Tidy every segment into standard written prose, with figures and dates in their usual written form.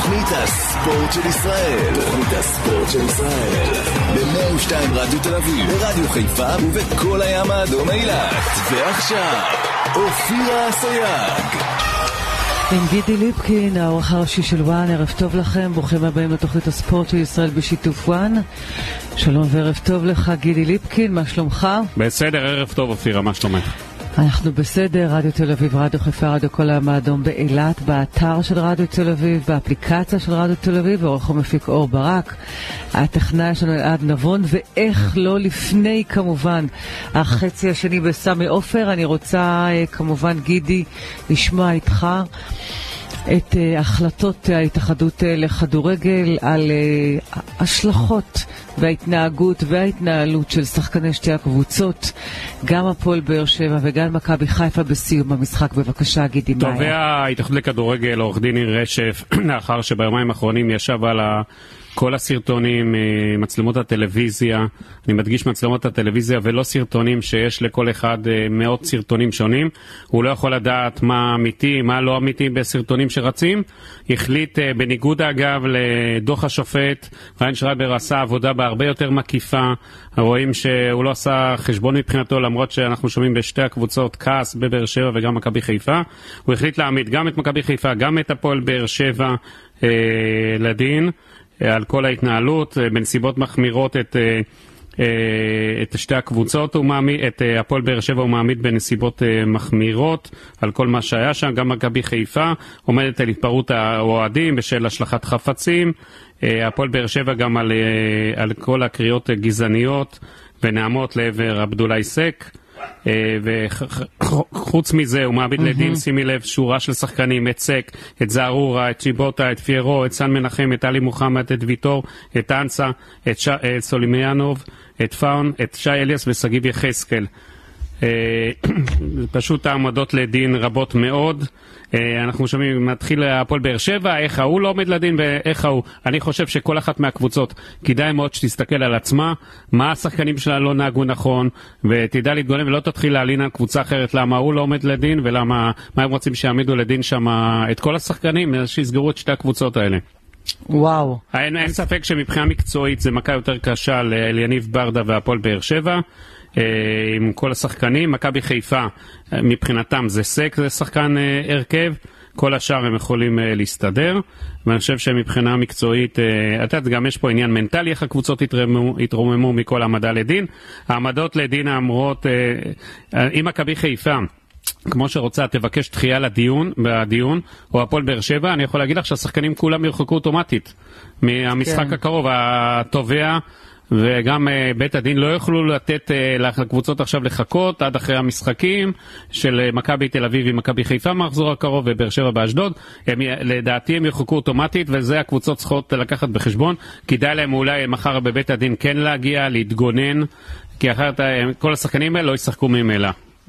תוכנית הספורט של ישראל. תוכנית הספורט של ישראל. ב-102 רדיו תל אביב, ברדיו חיפה ובכל הים האדום אילת. ועכשיו, אופירה אסייג. עם גידי ליפקין, העורך הראשי של וואן. ערב טוב לכם, ברוכים הבאים לתוכנית הספורט של ישראל בשיתוף וואן. שלום וערב טוב לך גידי ליפקין, מה שלומך? בסדר, ערב טוב אופירה, מה שלומך? אנחנו בסדר, רדיו תל אביב, רדיו חיפה, רדיו כל הים האדום באילת, באתר של רדיו תל אביב, באפליקציה של רדיו תל אביב, ועורך ומפיק אור ברק, הטכנאי שלנו אלעד נבון, ואיך לא לפני כמובן החצי השני בסמי עופר. אני רוצה כמובן גידי לשמוע איתך את החלטות ההתאחדות לכדורגל על השלכות וההתנהגות וההתנהלות של שחקני שתי הקבוצות, גם הפועל באר שבע וגם מכבי חיפה בסיום המשחק. בבקשה גידי, מה היה? תובע ההתאחדות לכדורגל עורך דין ניר רשף, לאחר שביומיים האחרונים ישב על כל הסרטונים, מצלמות הטלוויזיה, אני מדגיש מצלמות הטלוויזיה ולא סרטונים שיש לכל אחד מאות סרטונים שונים, הוא לא יכול לדעת מה אמיתי, מה לא אמיתי בסרטונים שרצים. החליט בניגוד אגב לדוח השופט, ריין שרייבר עשה עבודה בהרבה יותר מקיפה, רואים שהוא לא עשה חשבון מבחינתו, למרות שאנחנו שומעים בשתי הקבוצות כעס בבאר שבע וגם מכבי חיפה. הוא החליט להעמיד גם את מכבי חיפה, גם את הפועל באר שבע לדין על כל ההתנהלות, בנסיבות מחמירות את שתי הקבוצות, את הפועל באר שבע הוא מעמיד בנסיבות מחמירות על כל מה שהיה שם. גם מכבי חיפה עומדת על התפרעות האוהדים בשל השלכת חפצים, הפועל באר שבע גם על כל הקריאות גזעניות ונעמות לעבר עבדולאי סק. וחוץ מזה הוא מעמיד לדין, שימי לב, שורה של שחקנים, את סק, את זערורה, את צ'יבוטה, את פיירו, את סן מנחם, את אלי מוחמד, את ויטור, את אנסה, את סולימיאנוב, את פאון, את שי אליאס וסגיב יחזקאל. פשוט העמדות לדין רבות מאוד. אנחנו שומעים, מתחיל הפועל באר שבע, איך הוא לא עומד לדין ואיך הוא. אני חושב שכל אחת מהקבוצות כדאי מאוד שתסתכל על עצמה, מה השחקנים שלה לא נהגו נכון, ותדע להתגונן ולא תתחיל להלין על קבוצה אחרת למה הוא לא עומד לדין ולמה, מה הם רוצים שיעמידו לדין שם את כל השחקנים, שיסגרו את שתי הקבוצות האלה. וואו. אין ספק שמבחינה מקצועית זה מכה יותר קשה ליניב ברדה והפועל באר שבע, עם כל השחקנים. מכבי חיפה מבחינתם זה סק, זה שחקן הרכב, כל השאר הם יכולים להסתדר, ואני חושב שמבחינה מקצועית, גם יש פה עניין מנטלי, איך הקבוצות התרוממו מכל העמדה לדין. העמדות לדין האמרות, אם מכבי חיפה כמו שרוצה תבקש דחייה בדיון, או הפועל באר שבע, אני יכול להגיד לך שהשחקנים כולם ירחקו אוטומטית מהמשחק הקרוב. התובע וגם בית הדין לא יוכלו לתת לקבוצות עכשיו לחכות עד אחרי המשחקים של מכבי תל אביב ומכבי חיפה מחזור הקרוב ובאר שבע באשדוד. לדעתי הם ירחקו אוטומטית, וזה הקבוצות צריכות לקחת בחשבון. כדאי להם אולי מחר בבית הדין כן להגיע, להתגונן, כי אחרת כל השחקנים האלה לא ישחקו ממילא.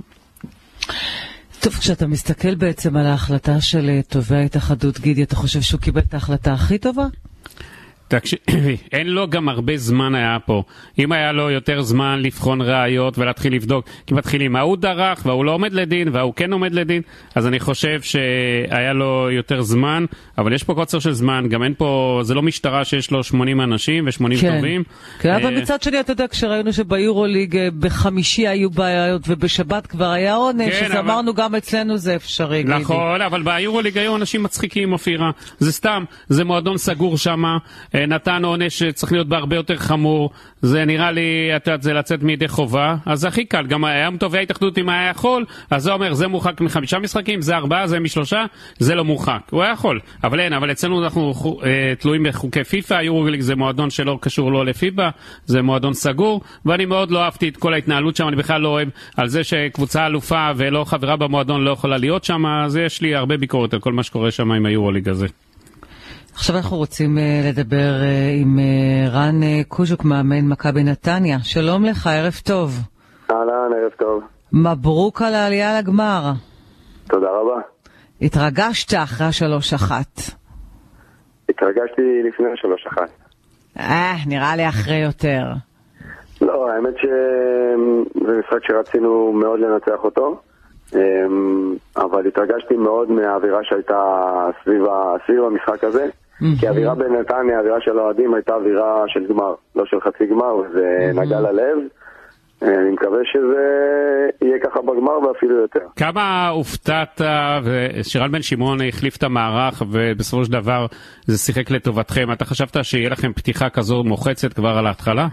טוב, כשאתה מסתכל בעצם על ההחלטה של תובע ההתאחדות, גידי, אתה חושב שהוא קיבל את ההחלטה הכי טובה? אין לו גם הרבה זמן היה פה. אם היה לו יותר זמן לבחון ראיות ולהתחיל לבדוק, כי מתחילים, ההוא דרך והוא לא עומד לדין והוא כן עומד לדין, אז אני חושב שהיה לו יותר זמן, אבל יש פה קוצר של זמן, גם אין פה, זה לא משטרה שיש לו 80 אנשים ו80 טובים. כן, אבל מצד שני אתה יודע, כשראינו שביורוליג בחמישי היו בעיות ובשבת כבר היה עונש, אז אמרנו גם אצלנו זה אפשרי, גידי. נכון, אבל ביורוליג היו אנשים מצחיקים, אופירה, זה סתם, זה מועדון סגור שמה, נתן עונש שצריך להיות בהרבה יותר חמור, זה נראה לי, זה לצאת מידי חובה, אז זה הכי קל, גם היום תובע ההתאחדות אם היה יכול, אז זה אומר, זה מורחק מ5 משחקים, זה 4, זה מ3, זה לא מורחק, הוא היה יכול, אבל אין, אבל אצלנו אנחנו תלויים בחוקי פיפה, היורוליג זה מועדון שלא קשור לו לפיבה, זה מועדון סגור, ואני מאוד לא אהבתי את כל ההתנהלות שם, אני בכלל לא אוהב על זה שקבוצה אלופה ולא חברה במועדון לא יכולה להיות שם, אז יש לי הרבה ביקורת על כל מה שקורה שם עם היורוליג הזה. עכשיו אנחנו רוצים לדבר עם רן קוז'וק, מאמן מכבי נתניה. שלום לך, ערב טוב. אהלן, ערב טוב. מברוק על העלייה לגמר. תודה רבה. התרגשת אחרי 3-1? התרגשתי לפני 3-1. נראה לי אחרי יותר. לא, האמת שזה משחק שרצינו מאוד לנצח אותו. אבל התרגשתי מאוד מהאווירה שהייתה סביב המשחק הזה. כי האווירה בנתניה, האווירה של האוהדים הייתה אווירה של גמר, לא של חצי גמר, וזה נגע ללב. אני מקווה שזה יהיה ככה בגמר ואפילו יותר. כמה הופתעת ושירן בן שמעון החליף את המערך ובסופו של דבר זה שיחק לטובתכם? אתה חשבת שיהיה לכם פתיחה כזו מוחצת כבר על ההתחלה?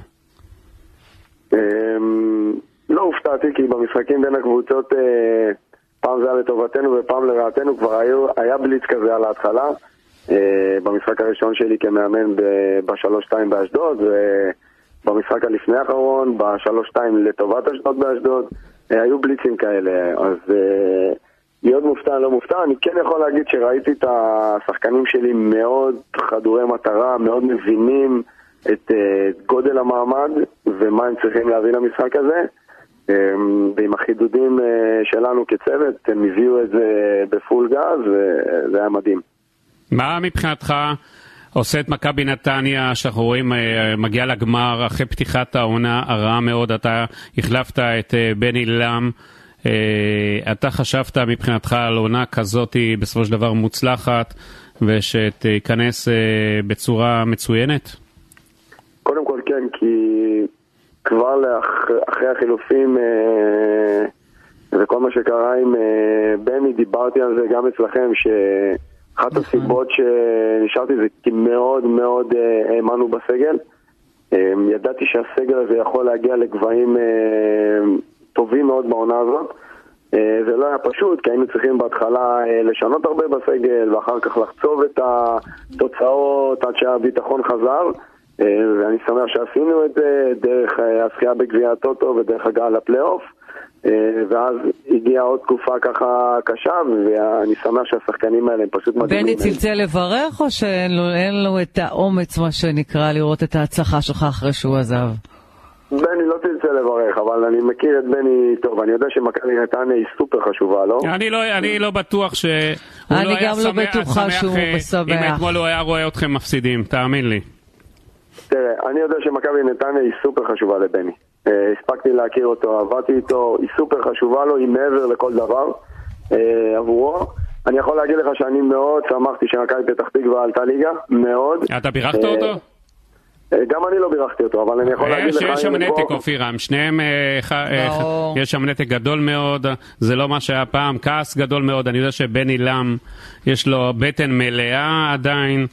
לא הופתעתי, כי במשחקים בין הקבוצות פעם זה היה לטובתנו ופעם לרעתנו, כבר היה בליץ כזה על ההתחלה. במשחק הראשון שלי כמאמן ב-3-2 באשדוד, ובמשחק הלפני האחרון ב-3-2 לטובת אשדוד באשדוד, היו בליצים כאלה. אז להיות מופתע לא מופתע. אני כן יכול להגיד שראיתי את השחקנים שלי מאוד חדורי מטרה, מאוד מבינים את גודל המעמד ומה הם צריכים להביא למשחק הזה, ועם החידודים שלנו כצוות הם הביאו את זה בפול גז, וזה היה מדהים. מה מבחינתך עושה את מכבי נתניה שאנחנו רואים מגיע לגמר אחרי פתיחת העונה הרעה מאוד? אתה החלפת את בני לם, אתה חשבת מבחינתך על עונה כזאת בסופו של דבר מוצלחת ושתיכנס בצורה מצוינת? קודם כל כן, כי כבר אחרי החילופים וכל מה שקרה עם בני, דיברתי על זה גם אצלכם, שאחת הסיבות שנשארתי זה כי מאוד מאוד האמנו בסגל. ידעתי שהסגל הזה יכול להגיע לגבהים טובים מאוד בעונה הזאת. זה לא היה פשוט, כי היינו צריכים בהתחלה לשנות הרבה בסגל ואחר כך לחצוב את התוצאות עד שהביטחון חזר, ואני שמח שעשינו את זה דרך הזכייה בגביע הטוטו ודרך הגעה לפלייאוף, ואז הגיעה עוד תקופה ככה קשה, ואני שמח שהשחקנים האלה הם פשוט מדהימים. בני צלצל לברך, או שאין לו את האומץ, מה שנקרא, לראות את ההצלחה שלך אחרי שהוא עזב? בני לא צלצל לברך, אבל אני מכיר את בני טוב, אני יודע שמכבי נתניה היא סופר חשובה, לא? אני לא בטוח שהוא אני גם לא בטוחה שהוא משמח. אם אתמול הוא היה רואה אתכם מפסידים, תאמין לי. תראה, אני יודע שמכבי נתניה היא סופר חשובה לבני. הספקתי להכיר אותו, עבדתי איתו, היא סופר חשובה לו, היא מעבר לכל דבר עבורו. אני יכול להגיד לך שאני מאוד שמחתי שמכבי פתח תקווה עלתה ליגה, מאוד. אתה בירכת אותו? גם אני לא בירכתי אותו, אבל אני יכול להגיד לך... יש שם נתק, אופירם, שניהם, יש שם נתק גדול מאוד, זה לא מה שהיה פעם, כעס גדול מאוד. אני יודע שבני לם, יש לו בטן מלאה עדיין.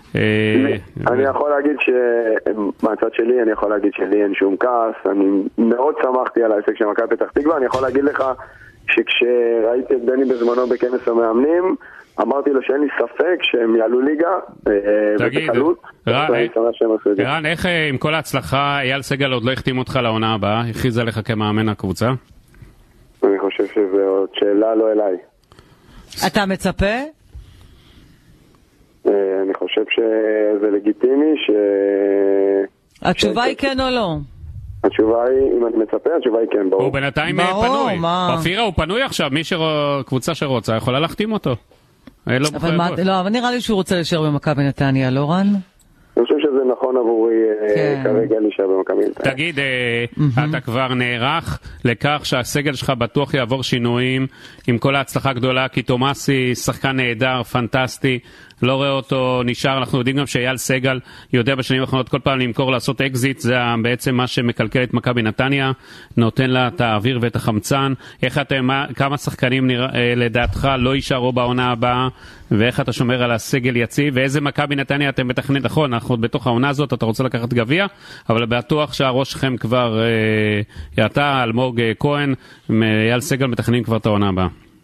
אני יכול להגיד מהצד שלי, אני יכול להגיד שלי אין שום כעס. אני מאוד שמחתי על ההישג של מכבי פתח תקווה. אני יכול להגיד לך שכשראיתי את בני בזמנו בכנס המאמנים, אמרתי לו שאין לי ספק שהם יעלו ליגה בקלות. רן, איך עם כל ההצלחה אייל סגל עוד לא החתים אותך לעונה הבאה? הכריז עליך כמאמן הקבוצה? אני חושב שזו עוד שאלה לא אליי. אתה מצפה? אני חושב שזה לגיטימי התשובה היא כן או לא? התשובה היא, אם אני מצפה, התשובה היא כן, ברור. הוא בינתיים פנוי. אופירה הוא פנוי עכשיו, קבוצה שרוצה יכולה להחתים אותו. אבל נראה לי שהוא רוצה להישאר במכבי נתניה, לא רן? אני חושב שזה נכון עבורי כרגע להישאר במכבי נתניה. תגיד, אתה כבר נערך לכך שהסגל שלך בטוח יעבור שינויים עם כל ההצלחה הגדולה, כי תומאסי שחקן נהדר, פנטסטי, לא רואה אותו נשאר. אנחנו יודעים גם שאייל סגל יודע בשנים האחרונות כל פעם למכור, לעשות אקזיט, זה בעצם מה שמקלקל את מכבי נתניה, נותן לה את האוויר ואת החמצן. כמה שחקנים לדעתך לא יישארו בעונה הבאה, ואיך אתה שומר על הסגל יציב, ואיזה מכבי נתניה אתם מתכננים? נכון, אנחנו בתוך העונה הזאת, אתה רוצה לקחת גביע, אבל בטוח שהראש שלכם כבר, אתה, אלמוג כהן, אייל סגל מתכננים כבר את העונה הבאה.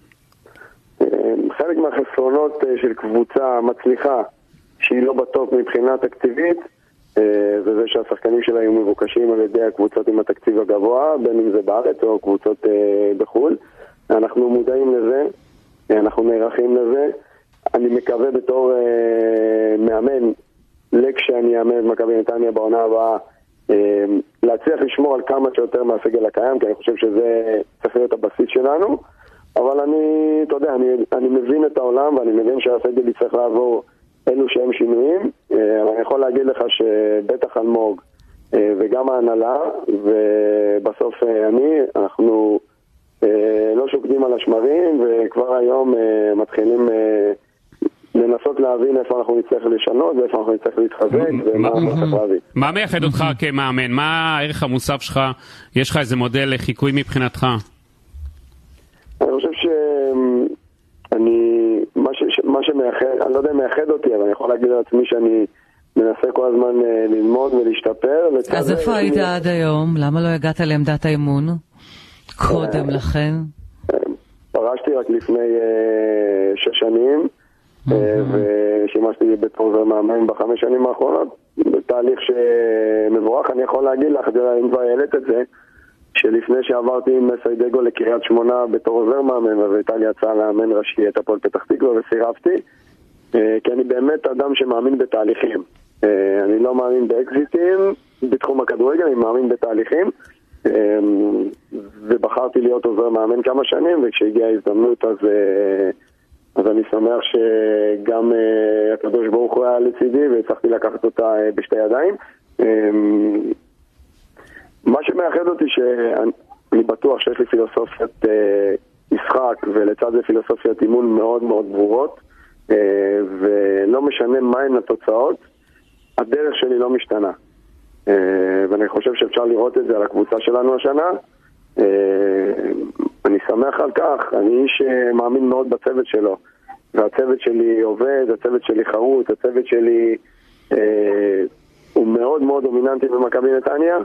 חלק מהחסרונות של קבוצה מצליחה שהיא לא בטופ מבחינה תקציבית, וזה שהשחקנים שלה היו מבוקשים על ידי הקבוצות עם התקציב הגבוה, בין אם זה בארץ או קבוצות בחו"ל. אנחנו מודעים לזה, אנחנו נערכים לזה. אני מקווה בתור מאמן, כשאני אאמן את מכבי נתניה בעונה הבאה, להצליח לשמור על כמה שיותר מהסגל הקיים, כי אני חושב שזה צריך להיות הבסיס שלנו. אבל אתה יודע, אני מבין את העולם, ואני מבין שהסגל יצטרך לעבור אלו שהם שינויים. אני יכול להגיד לך שבטח אלמוג וגם ההנהלה, ובסוף אנחנו לא שוקדים על השמרים, וכבר היום מתחילים לנסות להבין איפה אנחנו נצטרך לשנות, ואיפה אנחנו נצטרך להתחזק, ומה אנחנו נצטרך להבין. מה מייחד אותך כמאמן? מה הערך המוסף שלך? יש לך איזה מודל לחיקוי מבחינתך? אני חושב מה שמייחד, אני לא יודע אם מייחד אותי, אבל אני יכול להגיד לעצמי שאני מנסה כל הזמן ללמוד ולהשתפר. אז איפה היית עד היום? למה לא הגעת לעמדת האימון? קודם לכן? פרשתי רק לפני 6 שנים, ושימשתי בתור מאמן ב5 שנים האחרונות, בתהליך שמבורך. אני יכול להגיד לך, אם כבר העלית את זה, שלפני שעברתי עם סיידגו לקריית שמונה בתור עוזר מאמן, והייתה לי הצעה לאמן ראשי את הפועל פתח תקווה, וסירבתי, כי אני באמת אדם שמאמין בתהליכים. אני לא מאמין באקזיטים בתחום הכדורגל, אני מאמין בתהליכים, ובחרתי להיות עוזר מאמן כמה שנים, וכשהגיעה ההזדמנות אז אני שמח שגם הקדוש ברוך הוא היה לצידי, והצלחתי לקחת אותה בשתי ידיים. מה שמאחד אותי שאני בטוח שיש לי פילוסופיית משחק, ולצד זה פילוסופיית אימון מאוד מאוד ברורות, ולא משנה מהן התוצאות, הדרך שלי לא משתנה. ואני חושב שאפשר לראות את זה על הקבוצה שלנו השנה. אני שמח על כך, אני איש מאמין מאוד בצוות שלו, והצוות שלי עובד, הצוות שלי חרוץ, הצוות שלי הוא מאוד מאוד דומיננטי במכבי נתניה.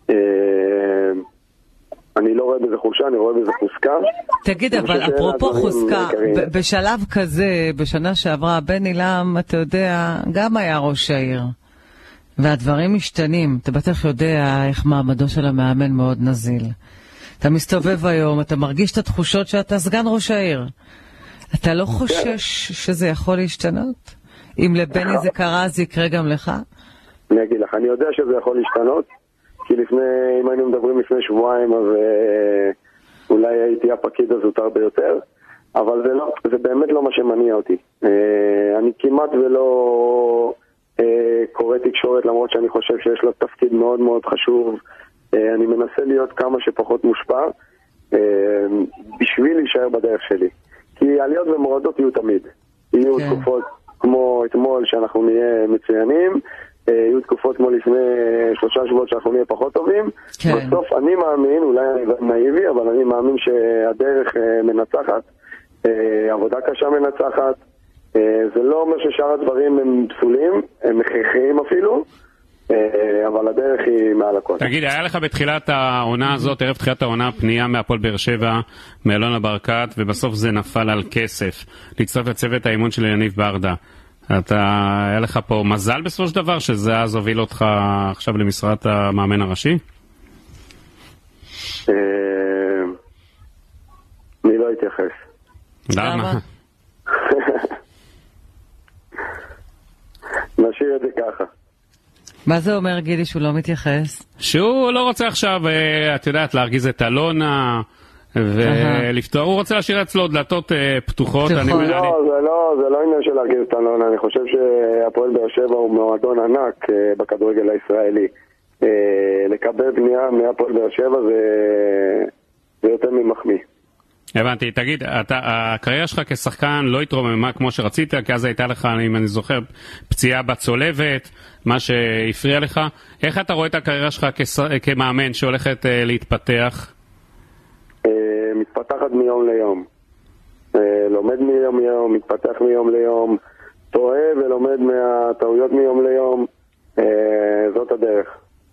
אני לא רואה בזה חולשה, אני רואה בזה חוזקה. תגיד, אבל אפרופו חוזקה, בשלב כזה, בשנה שעברה, בן אילם, אתה יודע, גם היה ראש העיר. והדברים משתנים. אתה בטח יודע איך מעמדו של המאמן מאוד נזיל. אתה היום, אתה מרגיש את התחושות שאתה סגן ראש העיר. אתה לא חושש שזה יכול להשתנות? אם לבני זה קרה, זה יקרה גם לך? אני אגיד לך, אני יודע שזה יכול להשתנות, כי אם היינו מדברים לפני שבועיים, אז אולי הייתי הפקיד הזוטר ביותר, אבל זה באמת לא מה שמניע אותי. אני כמעט ולא קורא תקשורת, למרות שאני חושב שיש לה תפקיד מאוד מאוד חשוב. אני מנסה להיות כמה שפחות מושפע, בשביל להישאר בדרך שלי. כי עליות ומורדות יהיו תמיד. יהיו תקופות כמו אתמול שאנחנו נהיה מצוינים, יהיו תקופות כמו לפני 3 שבועות שאנחנו נהיה פחות טובים. בסוף אני מאמין, אולי אני נאיבי, אבל אני מאמין שהדרך מנצחת, עבודה קשה מנצחת. זה לא אומר ששאר הדברים הם פסולים, הם הכרחיים אפילו, אבל הדרך היא מעל הכל. תגיד, היה לך בתחילת העונה הזאת, ערב תחילת העונה, פנייה מהפועל באר שבע, מאלונה ברקת, ובסוף זה נפל על כסף, להצטרף לצוות האימון של יניב ברדה. היה לך פה מזל בסופו של דבר, שזה אז הוביל אותך עכשיו למשרת המאמן הראשי? אני לא אתייחס. למה? נשאיר את זה ככה. מה זה אומר, גידי, שהוא לא מתייחס? שהוא לא רוצה עכשיו, את יודעת, להרגיז את אלונה ולפתור, הוא רוצה להשאיר אצלו דלתות פתוחות. זה לא עניין של להרגיז את אלונה, אני חושב שהפועל באר שבע הוא מועדון ענק בכדורגל הישראלי. לקבל פנייה מהפועל באר שבע זה יותר ממחמיא. הבנתי, תגיד, הקריירה שלך כשחקן לא התרוממה כמו שרצית, כי אז הייתה לך, אם אני זוכר, פציעה בצולבת, מה שהפריע לך. איך אתה רואה את הקריירה שלך כמאמן שהולכת להתפתח? מתפתחת מיום ליום. לומד מיום ליום, מתפתח מיום ליום, טועה ולומד מהטעויות מיום ליום. זאת הדרך.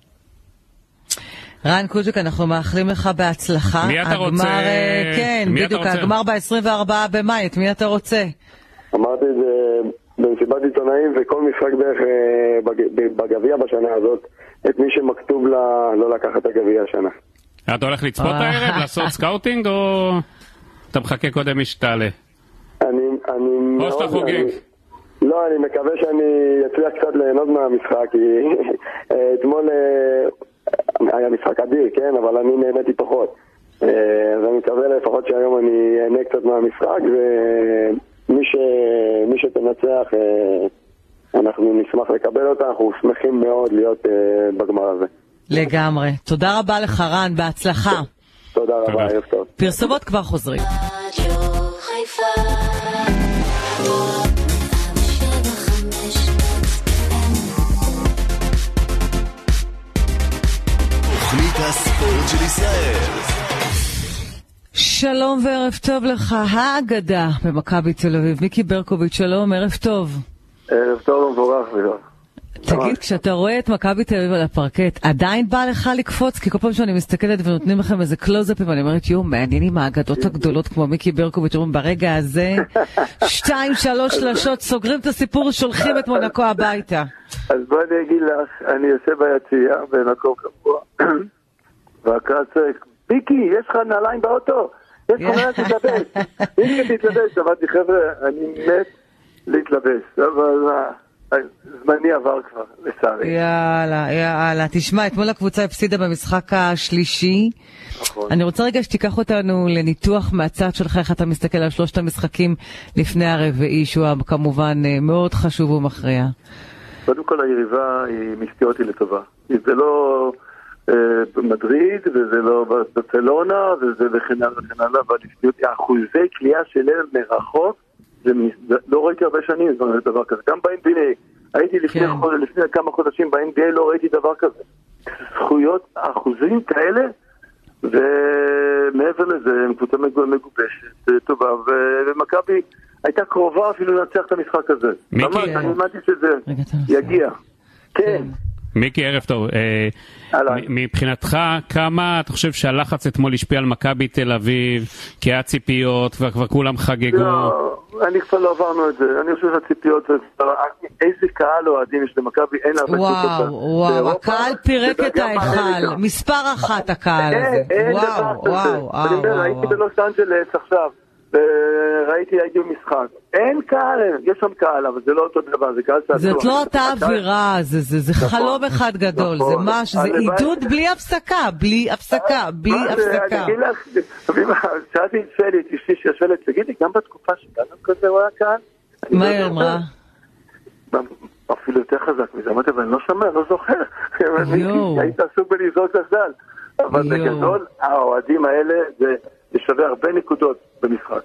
רן קוז'יק, אנחנו מאחלים לך בהצלחה. מי אתה רוצה? כן, בדיוק, הגמר ב-24 במאי, את מי אתה רוצה? אמרתי את זה במסיבת עיתונאים, וכל משחק בערך בגביע בשנה הזאת, את מי שמכתוב לא לקחת את הגביע השנה. אתה הולך לצפות הערב, לעשות סקאוטינג, או אתה מחכה קודם מי שתעלה? או שאתה חוגג? לא, אני מקווה שאני אצליח קצת ליהנות מהמשחק, כי אתמול היה משחק אדיר, כן, אבל אני נהניתי פחות. אז אני מקווה לפחות שהיום אני אהנה קצת מהמשחק, ומי שתנצח, אנחנו נשמח לקבל אותה, אנחנו שמחים מאוד להיות בגמר הזה. לגמרי. תודה רבה לך, רן, בהצלחה. תודה רבה, ערב טוב. פרסומות כבר חוזרים. שלום וערב טוב לך, האגדה במכבי תל אביב, מיקי ברקוביץ', שלום, ערב טוב. ערב טוב ומבורך. תגיד, כשאתה רואה את מכבי תל אביב על הפרקט, עדיין בא לך לקפוץ? כי כל פעם שאני מסתכלת ונותנים לכם איזה קלוזאפים, ואני אומרת, מעניינים האגדות הגדולות כמו מיקי ברקוביץ', אומרים, ברגע הזה, 2-3 שלשות, סוגרים את הסיפור, שולחים את מונקו הביתה. אז בוא אני אגיד לך, אני יושב ביציאה במקום קבוע, והקהל צועק, מיקי, יש לך נעליים באוטו? יש לך נעליים תתלבש. מיקי תתלבש, אמרתי, חבר'ה, אני מת להתלבש, אבל זמני עבר כבר, לצערי. יאללה. תשמע, אתמול הקבוצה הפסידה במשחק השלישי. נכון. אני רוצה רגע שתיקח אותנו לניתוח מהצד שלך, איך אתה מסתכל על 3 המשחקים לפני הרביעי, שהוא כמובן מאוד חשוב ומכריע. קודם כל היריבה היא מסתירה אותי לטובה. זה לא מדריד, וזה לא ברצלונה, וזה וכן הלאה, אבל אחוזי קליעה שלהם מרחוק, לא ראיתי הרבה שנים דבר כזה. גם ב-NBA, הייתי לפני כמה חודשים ב-NBA, לא ראיתי דבר כזה. זכויות, אחוזים כאלה, ומעבר לזה, הם קבוצה מגובשת, טובה, ומכבי הייתה קרובה אפילו לנצח את המשחק הזה. ממש, אני אמרתי שזה יגיע. כן. מיקי, ערב טוב. מבחינתך, כמה אתה חושב שהלחץ אתמול השפיע על מכבי תל אביב, כי היה ציפיות וכבר כולם חגגו? לא, אני כבר לא עברנו את זה. אני חושב שהציפיות, איזה קהל אוהדים יש למכבי, אין הרבה ציפיות. וואו, הקהל פירק את ההיכל. מספר 1 הקהל הזה. וואו. הייתי בלוס אנג'לס עכשיו. הייתי במשחק. אין קהל, יש שם קהל, אבל זה לא אותו דבר, זה קהל צעצוע. זאת לא אותה אווירה, זה חלום אחד גדול, זה משהו, זה עידוד בלי הפסקה. אני אגיד לך, שאלתי את שלי, אשתי ששאלת, תגידי, גם בתקופה שלנו כזה הוא היה קהל? מה היא אמרה? אפילו יותר חזק מזה, אמרתי, אבל אני לא שומע, לא זוכר. היית עסוק בלזרוק לסדל. אבל בגדול, האוהדים האלה, זה שווה הרבה נקודות במשחק.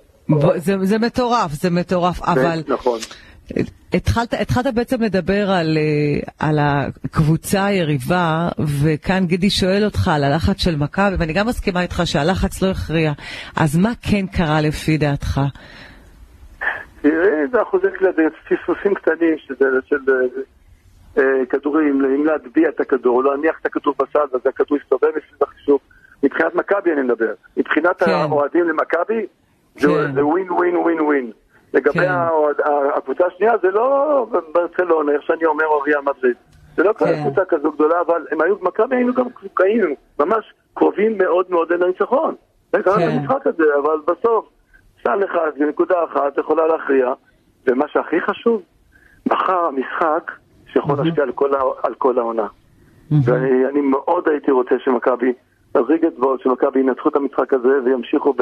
זה מטורף, אבל נכון. התחלת בעצם לדבר על הקבוצה היריבה, וכאן גידי שואל אותך על הלחץ של מכבי, ואני גם מסכימה איתך שהלחץ לא הכריע. אז מה כן קרה לפי דעתך? תראה, זה אחוזי פספוסים קטנים של כדורים, אם להטביע את הכדור, לא להניח את הכדור בסד, אז הכדור יסתובב מסביב החישוב. מבחינת מכבי אני מדבר. מבחינת האוהדים למכבי, זה ווין ווין ווין ווין. לגבי הקבוצה השנייה, זה לא ברצלונה, איך שאני אומר, או ריאל מדריד. זה לא קבוצה כזו גדולה, אבל הם היו במכבי, היינו גם קבוצאים, ממש קרובים מאוד מאוד לניצחון. זה קרה במשחק הזה, אבל בסוף, סל אחד, בנקודה אחת, יכולה להכריע, ומה שהכי חשוב, מחר המשחק שיכול להשפיע על כל העונה. ואני מאוד הייתי רוצה שמכבי תזריג את בו, שמכבי ינצחו את המשחק הזה וימשיכו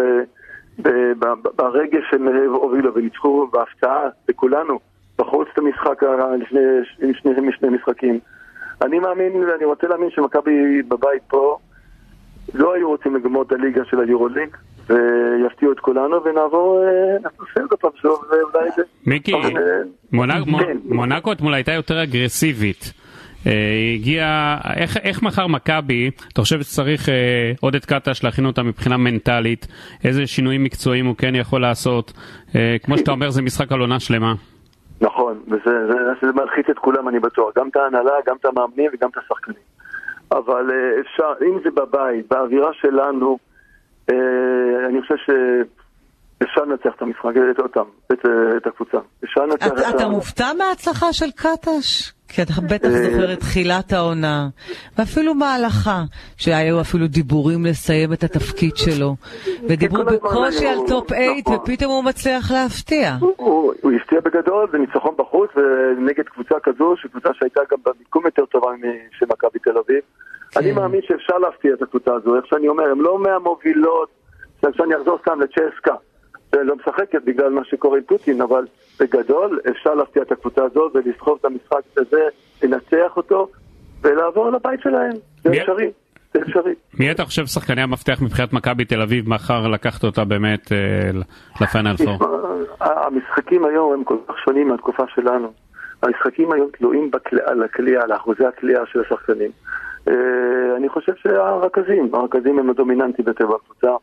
ברגש שהם הובילו וניצחו בהפתעה לכולנו בחוץ את המשחק לפני שני משחקים. אני מאמין ואני רוצה להאמין שמכבי בבית פה לא היו רוצים לגמור את הליגה של היורוליג ויפתיעו את כולנו ונעבור נעשה את הפעם שוב ואולי זה. מיקי, מונקו אתמול הייתה יותר אגרסיבית. הגיע, איך מחר מכבי, אתה חושב שצריך עודד קטש להכין אותה מבחינה מנטלית, איזה שינויים מקצועיים הוא כן יכול לעשות, כמו שאתה אומר זה משחק על עונה שלמה. נכון, וזה מלחיץ את כולם אני בטוח, גם את ההנהלה, גם את המאמנים וגם את השחקנים, אבל אפשר, אם זה בבית, באווירה שלנו, אני חושב אפשר לנצח את המשחק, את הקבוצה. אתה מופתע מההצלחה של קטש? כי אתה בטח זוכר את תחילת העונה, ואפילו מהלכה, שהיו אפילו דיבורים לסיים את התפקיד שלו, ודיברו בקושי על טופ 8, ופתאום הוא מצליח להפתיע. הוא הפתיע בגדול, וניצחון בחוץ, ונגד קבוצה כזו, שקבוצה שהייתה גם במיקום יותר טובה של מכבי תל אביב. אני מאמין שאפשר להפתיע את הקבוצה הזו, איך שאני אומר, הם לא מהמובילות, שאני אחזור סתם לצ'סקה, לא משחקת בגלל מה שקורה עם פוטין, אבל בגדול אפשר להפתיע את הקבוצה הזאת ולסחוב את המשחק הזה, לנצח אותו ולעבור לבית שלהם. זה אפשרי, זה אפשרי. מי אתה חושב שחקני המפתח מבחינת מכבי תל אביב מחר לקחת אותה באמת לפיינל פור? המשחקים היום הם כל כך שונים מהתקופה שלנו. המשחקים היום תלויים על הקליעה, על אחוזי הקליעה של השחקנים. אני חושב שהרכזים הם הדומיננטי בטבע הקבוצה.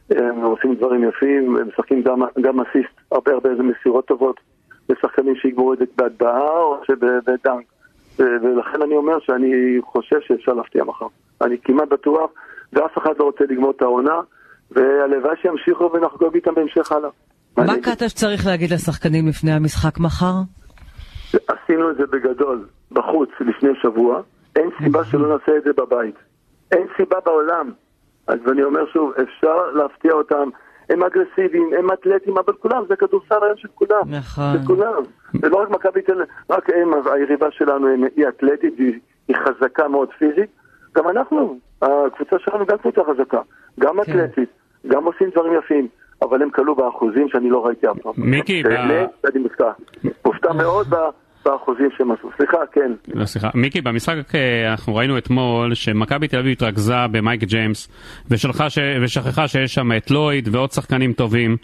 הם עושים דברים יפים, הם משחקים גם אסיסט, הרבה איזה מסירות טובות, לשחקנים שיגמרו את זה בהטבעה או שבדנק. ולכן אני אומר שאני חושב שאפשר להפתיע מחר. אני כמעט בטוח, ואף אחד לא רוצה לגמור את העונה, והלוואי שימשיכו ונחגוג איתם בהמשך הלאה. מה קטש צריך להגיד לשחקנים לפני המשחק מחר? עשינו את זה בגדול, בחוץ, לפני שבוע. אין סיבה שלא נעשה את זה בבית. אין סיבה בעולם. אז אני אומר שוב, אפשר להפתיע אותם. הם אגרסיביים, הם אתלטים, אבל כולם, זה כדורסל היום של כולם. נכון. של כולם. זה לא רק מכבי תל אביב, רק הם, היריבה שלנו היא אתלטית, היא חזקה מאוד פיזית. גם אנחנו, הקבוצה שלנו גם קבוצה חזקה. גם אתלטית, גם עושים דברים יפים. אבל הם קלו באחוזים שאני לא ראיתי אף פעם. מיקי, אני מופתע מאוד באחוזים שהם עשו. סליחה, כן. לא, סליחה. מיקי, במשחק אנחנו ראינו אתמול שמכבי תל אביב התרכזה במייק ג'יימס, ושכחה שיש שם את לויד ועוד שחקנים טובים.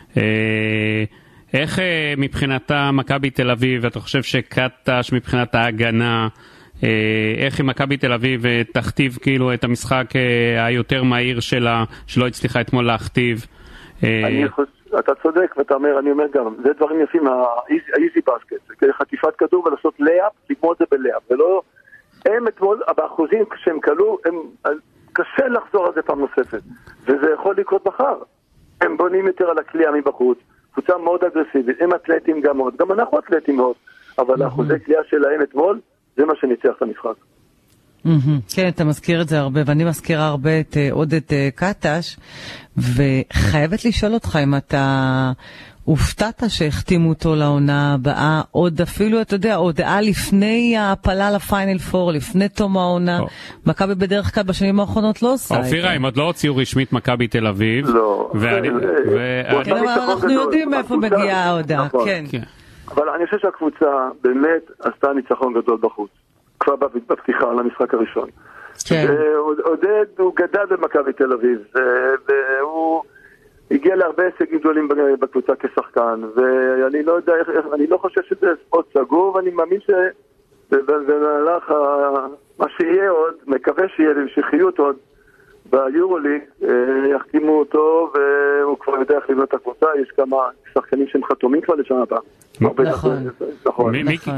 איך מבחינתה מכבי תל אביב, אתה חושב שקטש מבחינת ההגנה, איך עם מכבי תל אביב תכתיב כאילו את המשחק היותר מהיר שלה, שלא הצליחה אתמול להכתיב? אתה צודק, ואתה אומר, אני אומר גם, זה דברים יפים, האיזי בסקט, חטיפת כדור ולעשות לייאפ, לגמור את זה בלייאפ, ולא, הם אתמול, באחוזים כשהם קלו, קשה לחזור על זה פעם נוספת, וזה יכול לקרות מחר. הם בונים יותר על הקליעה מבחוץ, קבוצה מאוד אגרסיבית, הם אתלטים גם מאוד, גם אנחנו אתלטים מאוד, אבל האחוזי קליעה שלהם אתמול, זה מה שניצח את המשחק. כן, אתה מזכיר את זה הרבה, ואני מזכירה הרבה עוד את קטש, וחייבת לשאול אותך אם אתה הופתעת שהחתימו אותו לעונה הבאה, עוד אפילו, אתה יודע, הודעה לפני ההפלה לפיינל פור, לפני תום העונה, מכבי בדרך כלל בשנים האחרונות לא עושה. אופירה, אם עוד לא הוציאו רשמית מכבי תל אביב, לא. כן, אבל אנחנו יודעים מאיפה מגיעה ההודעה, כן. אבל אני חושב שהקבוצה באמת עשתה ניצחון גדול בחוץ. כבר בפתיחה על המשחק הראשון. עודד, הוא גדל במכבי תל אביב, והוא הגיע להרבה הישגים גדולים בקבוצה כשחקן, ואני לא יודע, אני לא חושב שזה ספורט סגור, ואני מאמין שבמהלך מה שיהיה עוד, מקווה שיהיה המשכיות עוד, ביורוליג יחתימו אותו, והוא כבר יודע איך לבנות את הקבוצה, יש כמה שחקנים שהם חתומים כבר לשנה הבאה. נכון.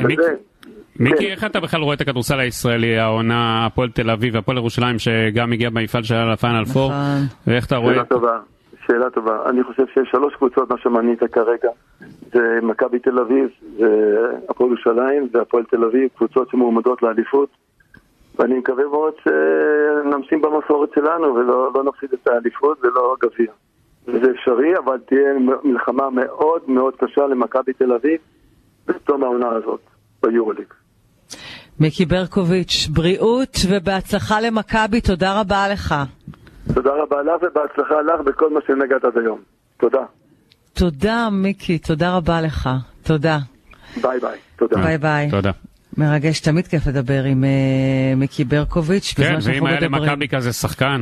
מיקי, איך אתה בכלל רואה את הכדורסל הישראלי, העונה, הפועל תל אביב, הפועל ירושלים, שגם הגיע במפעל שלה לפיינל פור, ואיך אתה רואה? שאלה טובה. אני חושב שיש 3 קבוצות, מה שמנית כרגע. זה מכבי תל אביב, זה הפועל ירושלים, והפועל תל אביב, קבוצות שמועמדות לאליפות. ואני מקווה מאוד שנמשיך במסורת שלנו, ולא נפסיד את האליפות ולא גביע. זה אפשרי, אבל תהיה מלחמה מאוד מאוד קשה למכבי תל אביב, בתום העונה הזאת, ביורוליג. מיקי ברקוביץ', בריאות ובהצלחה למכבי, תודה רבה לך. תודה רבה לך ובהצלחה לך בכל מה שנגעת עד היום. תודה. תודה מיקי, תודה רבה לך. תודה. ביי ביי. תודה. ביי ביי. תודה. מרגש, תמיד כיף לדבר עם מיקי ברקוביץ'. כן, ואם היה למכבי כזה שחקן.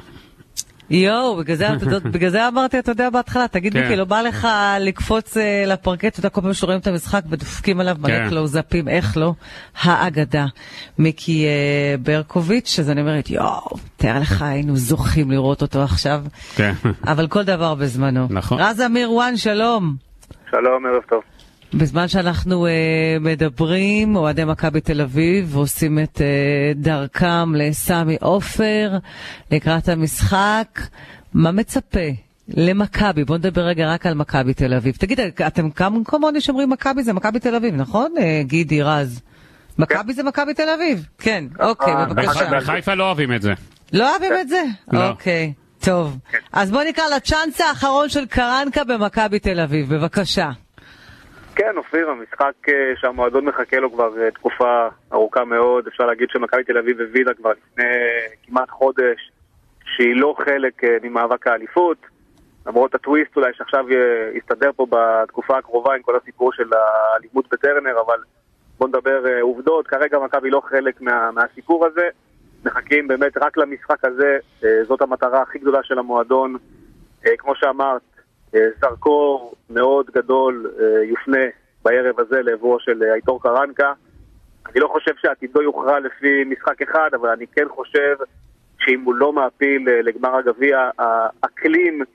יואו, בגלל זה אמרתי, אתה יודע, בהתחלה, תגיד מיקי, לא בא לך לקפוץ לפרקט, אתה יודע, כל פעם שרואים את המשחק ודופקים עליו מלא קלוזאפים, איך לא? האגדה, מיקי ברקוביץ', אז אני אומרת, יואו, תאר לך, היינו זוכים לראות אותו עכשיו, אבל כל דבר בזמנו. נכון. רז אמיר וואן, שלום. שלום, ערב טוב. בזמן שאנחנו מדברים, אוהדי מכבי תל אביב, ועושים את דרכם לסמי עופר, לקראת המשחק, מה מצפה למכבי? בואו נדבר רגע רק על מכבי תל אביב. תגיד, אתם כמוני שאומרים מכבי זה מכבי תל אביב, נכון? גידי, רז. מכבי זה מכבי תל אביב. כן, אוקיי, בבקשה. בחיפה לא אוהבים את זה. לא אוהבים את זה? אוקיי, טוב. אז בואו נקרא לצ'אנס האחרון של קרנקה במכבי תל אביב, בבקשה. כן, אופיר, המשחק שהמועדון מחכה לו כבר תקופה ארוכה מאוד. אפשר להגיד שמכבי תל אביב הבינה כבר לפני כמעט חודש שהיא לא חלק ממאבק האליפות, למרות הטוויסט אולי שעכשיו יסתדר פה בתקופה הקרובה עם כל הסיפור של האלימות בטרנר, אבל בוא נדבר עובדות. כרגע מכבי לא חלק מהסיפור הזה, מחכים באמת רק למשחק הזה. זאת המטרה הכי גדולה של המועדון. כמו שאמרת, זרקור מאוד גדול יופנה בערב הזה לעברו של איתור קרנקה. אני לא חושב שעתידו יוכרע לפי משחק אחד, אבל אני כן חושב שאם הוא לא מעפיל לגמר הגביע, האקלים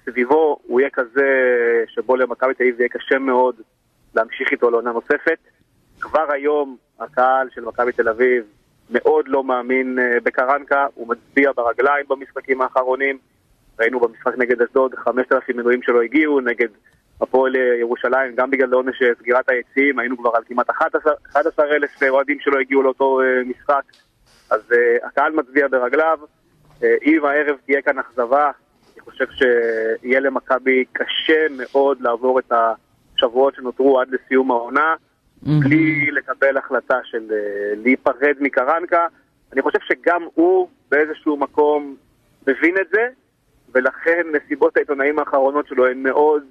סביבו הוא יהיה כזה שבו למכבי תל אביב יהיה קשה מאוד להמשיך איתו לעונה נוספת. כבר היום הקהל של מכבי תל אביב מאוד לא מאמין בקרנקה, הוא מצביע ברגליים במשחקים האחרונים. ראינו במשחק נגד אשדוד 5,000 מנויים שלו הגיעו, נגד הפועל ירושלים גם בגלל עונש סגירת היציעים היינו כבר על כמעט 11,000 אוהדים שלו הגיעו לאותו משחק. אז הקהל מצביע ברגליו. אם הערב תהיה כאן אכזבה, אני חושב שיהיה למכבי קשה מאוד לעבור את השבועות שנותרו עד לסיום העונה בלי לקבל החלטה של להיפרד מקרנקה. אני חושב שגם הוא באיזשהו מקום מבין את זה, ולכן נסיבות העיתונאים האחרונות שלו הן מאוד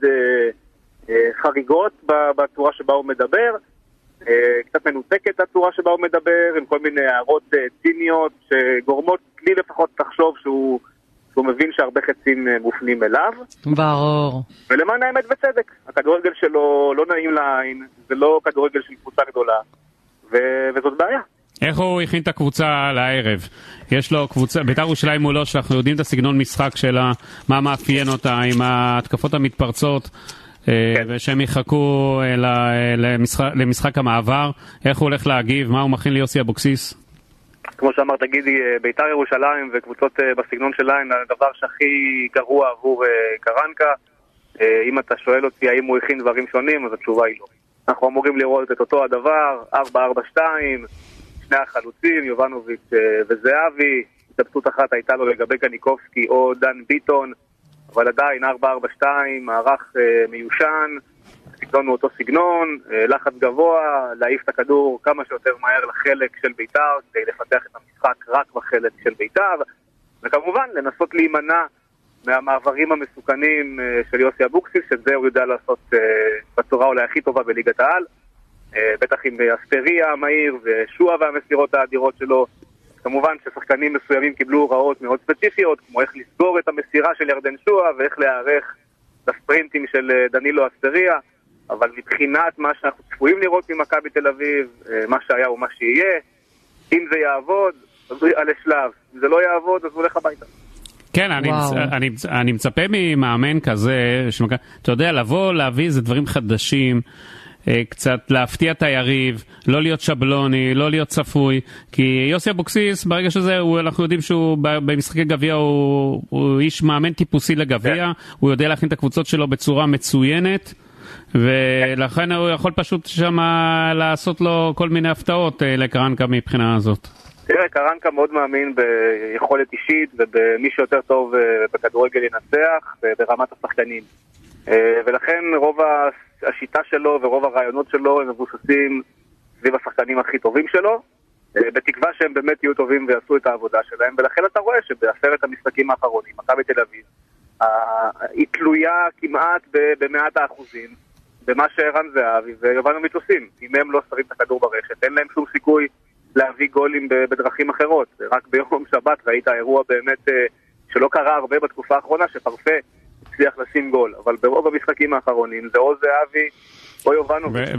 חריגות בצורה שבה הוא מדבר, קצת מנותקת הצורה שבה הוא מדבר, עם כל מיני הערות ציניות שגורמות לי לפחות לחשוב שהוא מבין שהרבה חצים מופנים אליו. ברור. ולמען האמת בצדק, הכדורגל שלו לא נעים לעין, זה לא כדורגל של קבוצה גדולה, וזאת בעיה. איך הוא הכין את הקבוצה לערב? יש לו קבוצה, בית"ר ירושלים מולו, שאנחנו יודעים את הסגנון משחק שלה, מה מאפיין אותה, עם ההתקפות המתפרצות, ושהם יחכו למשחק המעבר. איך הוא הולך להגיב? מה הוא מכין ליוסי אבוקסיס? כמו שאמרת, תגידי, בית"ר ירושלים וקבוצות בסגנון שלהם, הדבר שהכי גרוע עבור קרנקה. אם אתה שואל אותי האם הוא הכין דברים שונים, אז התשובה היא לא. אנחנו אמורים לראות את אותו הדבר, 4-4-2, שני החלוצים, יובנוביץ' וזהבי. התלבטות אחת הייתה לו לגבי קניקובסקי או דן ביטון, אבל עדיין 4-4-2, מערך מיושן, סגנון הוא אותו סגנון, לחץ גבוה, להעיף את הכדור כמה שיותר מהר לחלק של בית"ר, כדי לפתח את המשחק רק בחלק של בית"ר, וכמובן לנסות להימנע מהמעברים המסוכנים של יוסי אבוקסיס, שזה הוא יודע לעשות בצורה אולי הכי טובה בליגת העל, בטח עם אספריה המהיר ושועה והמסירות האדירות שלו. כמובן ששחקנים מסוימים קיבלו הוראות מאוד ספציפיות, כמו איך לסגור את המסירה של ירדן שועה ואיך להיערך לספרינטים של דנילו אספריה, אבל מבחינת מה שאנחנו צפויים לראות ממכבי תל אביב, מה שהיה ומה שיהיה, אם זה יעבוד, אז הוא יעלה שלב. אם זה לא יעבוד, אז הוא הולך הביתה. כן, אני מצפה ממאמן כזה, אתה יודע, לבוא, להביא איזה דברים חדשים, קצת להפתיע את היריב, לא להיות שבלוני, לא להיות צפוי, כי יוסי אבוקסיס, ברגע שזה, אנחנו יודעים שהוא במשחקי גביע, הוא איש מאמן טיפוסי לגביע, הוא יודע להכין את הקבוצות שלו בצורה מצוינת, ולכן הוא יכול פשוט שם לעשות לו כל מיני הפתעות לקרנקה מבחינה הזאת. תראה, קרנקה מאוד מאמין ביכולת אישית ובמי שיותר טוב בכדורגל ינצח ברמת השחקנים, ולכן רוב השיטה שלו ורוב הרעיונות שלו הם מבוססים סביב השחקנים הכי טובים שלו, בתקווה שהם באמת יהיו טובים ויעשו את העבודה שלהם. ולכן אתה רואה שבעשרת המשחקים האחרונים מכבי תל אביב היא תלויה כמעט ב100% במה שערן זהבי ויובנוביץ' עושים. אם הם לא שרים את הכדור ברשת, אין להם שום סיכוי להביא גולים בדרכים אחרות. רק ביום שבת ראית האירוע באמת שלא קרה הרבה בתקופה האחרונה, שפרפה הצליח לשים גול, אבל ברוב המשחקים האחרונים זה או זהבי או יובנוביץ'.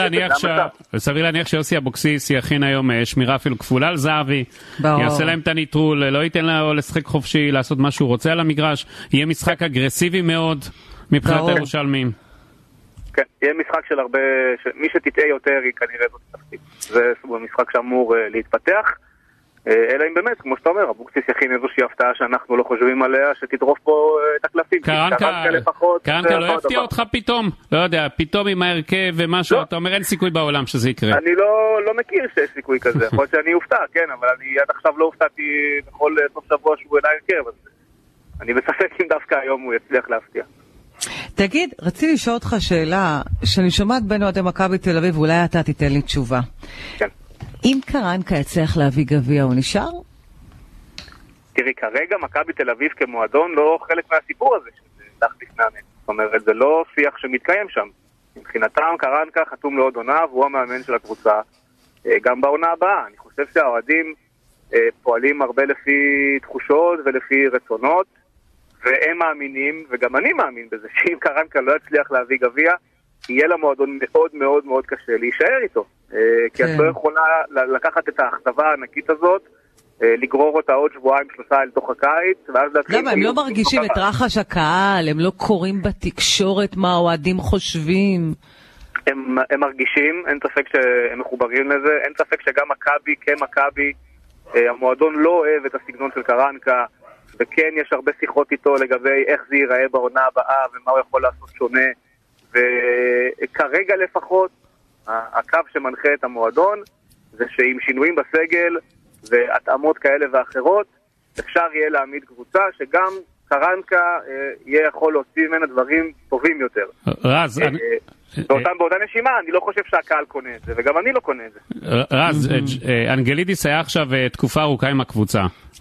וסביר להניח שיוסי אבוקסיס יכין היום שמירה אפילו כפולה על זהבי, יעשה להם את הניטרול, לא ייתן לו לשחק חופשי, לעשות מה שהוא רוצה על המגרש, יהיה משחק אגרסיבי מאוד מבחינת הירושלמים. כן, יהיה משחק של הרבה, מי שתטעה יותר היא כנראה זאת תפקיד. זה סוג המשחק שאמור להתפתח, אלא אם באמת, כמו שאתה אומר, אבוקסיס יכין איזושהי הפתעה שאנחנו לא חושבים עליה, שתטרוף פה את הקלפים. קרנקה לא יפתיע אותך פתאום? לא יודע, פתאום עם ההרכב ומשהו, אתה אומר אין סיכוי בעולם שזה יקרה. אני לא מכיר שיש סיכוי כזה, יכול להיות שאני אופתע, כן, אבל אני עד עכשיו לא הופתעתי בכל סוף שבוע שהוא אליי הרכב, אז אני בספק אם דווקא היום הוא יצליח להפתיע. תגיד, רציתי לשאול אותך שאלה שאני שומעת בין אוהדי מכבי תל אביב, ואולי אתה תיתן לי תשובה. כן. אם קרנקה יצליח להביא גביע, הוא נשאר? תראי, כרגע מכבי תל אביב כמועדון לא חלק מהסיפור הזה, שזה להחליף מאמן. זאת אומרת, זה לא שיח שמתקיים שם. מבחינתם קרנקה חתום לעוד עונה, והוא המאמן של הקבוצה גם בעונה הבאה. אני חושב שהאוהדים פועלים הרבה לפי תחושות ולפי רצונות, והם מאמינים, וגם אני מאמין בזה, שאם קרנקה לא יצליח להביא גביע, יהיה למועדון מאוד מאוד מאוד קשה להישאר איתו. כי את לא יכולה לקחת את האכזבה הענקית הזאת לגרור אותה עוד שבועיים שלושה אל תוך הקיץ, ואז להתחיל... למה, הם לא מרגישים את רחש הקהל, הם לא קוראים בתקשורת מה האוהדים חושבים. הם מרגישים, אין ספק שהם מחוברים לזה, אין ספק שגם מכבי כמכבי, המועדון לא אוהב את הסגנון של קרנקה, וכן יש הרבה שיחות איתו לגבי איך זה ייראה בעונה הבאה ומה הוא יכול לעשות שונה, וכרגע לפחות הקו שמנחה את המועדון זה שעם שינויים בסגל והתאמות כאלה ואחרות אפשר יהיה להעמיד קבוצה שגם קרנקה יהיה יכול להוציא ממנה דברים טובים יותר. רז, באותה נשימה, אני לא חושב שהקהל קונה את זה, וגם אני לא קונה את זה. רז, אנגלידיס היה עכשיו תקופה ארוכה עם הקבוצה.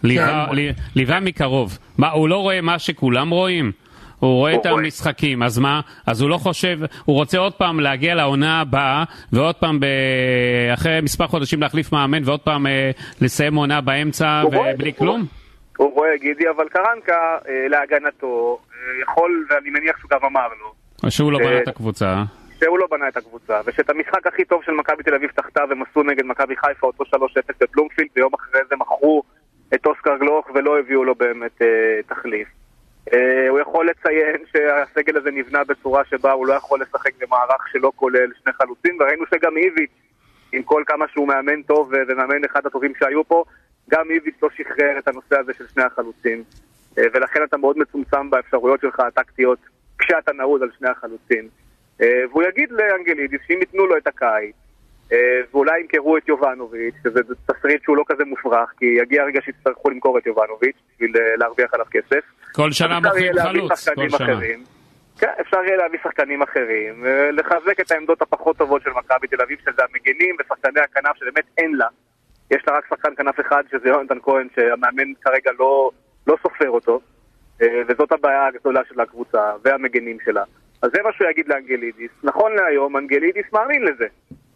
ליווה מקרוב. מה, הוא לא רואה מה שכולם רואים? הוא רואה את המשחקים, אז מה? אז הוא לא חושב, הוא רוצה עוד פעם להגיע לעונה הבאה, ועוד פעם אחרי מספר חודשים להחליף מאמן, ועוד פעם לסיים עונה באמצע ובלי כלום? הוא רואה, גידי, אבל קרנקה להגנתו יכול, ואני מניח שהוא גם אמר לו, שהוא לא בנה את הקבוצה. שהוא לא בנה את הקבוצה, ושאת המשחק הכי טוב של מכבי תל אביב תחתיו הם עשו נגד מכבי חיפה אותו 3-0 בבלומפילד, ויום אחרי זה מכרו את אוסקר גלוך ולא הביאו לו באמת תחליף. הוא יכול לציין שהסגל הזה נבנה בצורה שבה הוא לא יכול לשחק במערך שלא כולל שני חלוצים, וראינו שגם איביץ' עם כל כמה שהוא מאמן טוב ומאמן אחד הטובים שהיו פה, גם איביץ' לא שחרר את הנושא הזה של שני החלוצים, ולכן אתה מאוד מצומצם באפשרויות שלך הטקטיות כשאתה נעוד על שני החלוצים. והוא יגיד לאנגלידיס שאם ייתנו לו את הקיץ, ואולי ימכרו את יובנוביץ', שזה תסריט שהוא לא כזה מופרך, כי יגיע הרגע שיצטרכו למכור את יובנוביץ' בשביל להרוויח עליו כסף. כל שנה מוכרים חלוץ, כל שנה. כן, אפשר יהיה להביא שחקנים אחרים, לחזק את העמדות הפחות טובות של מכבי תל אביב, שזה המגנים ושחקני הכנף שבאמת אין לה. יש לה רק שחקן כנף אחד, שזה יונתן כהן, שהמאמן כרגע לא סופר אותו, וזאת הבעיה הגדולה של הקבוצה והמגנים שלה. אז זה מה שהוא יגיד לאנגלידיס. נכון להיום, אנגלידיס מאמין לזה.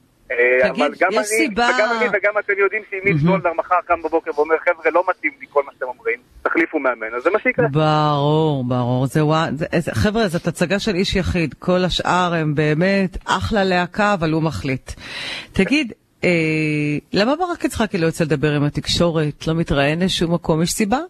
תגיד, יש סיבה... וגם אני וגם אתם יודעים שאם מיץ' גולדהר מחר קם בבוקר ואומר, חבר'ה, לא מתאים לי כל מה שאתם אומרים, תחליפו מאמן, אז זה מה שיקרה. ברור. חבר'ה, זאת הצגה של איש יחיד, כל השאר הם באמת אחלה להקה, אבל הוא מחליט. תגיד, למה ברק יצחקי לא יוצא לדבר עם התקשורת? לא מתראיין לשום מקום? יש סיבה?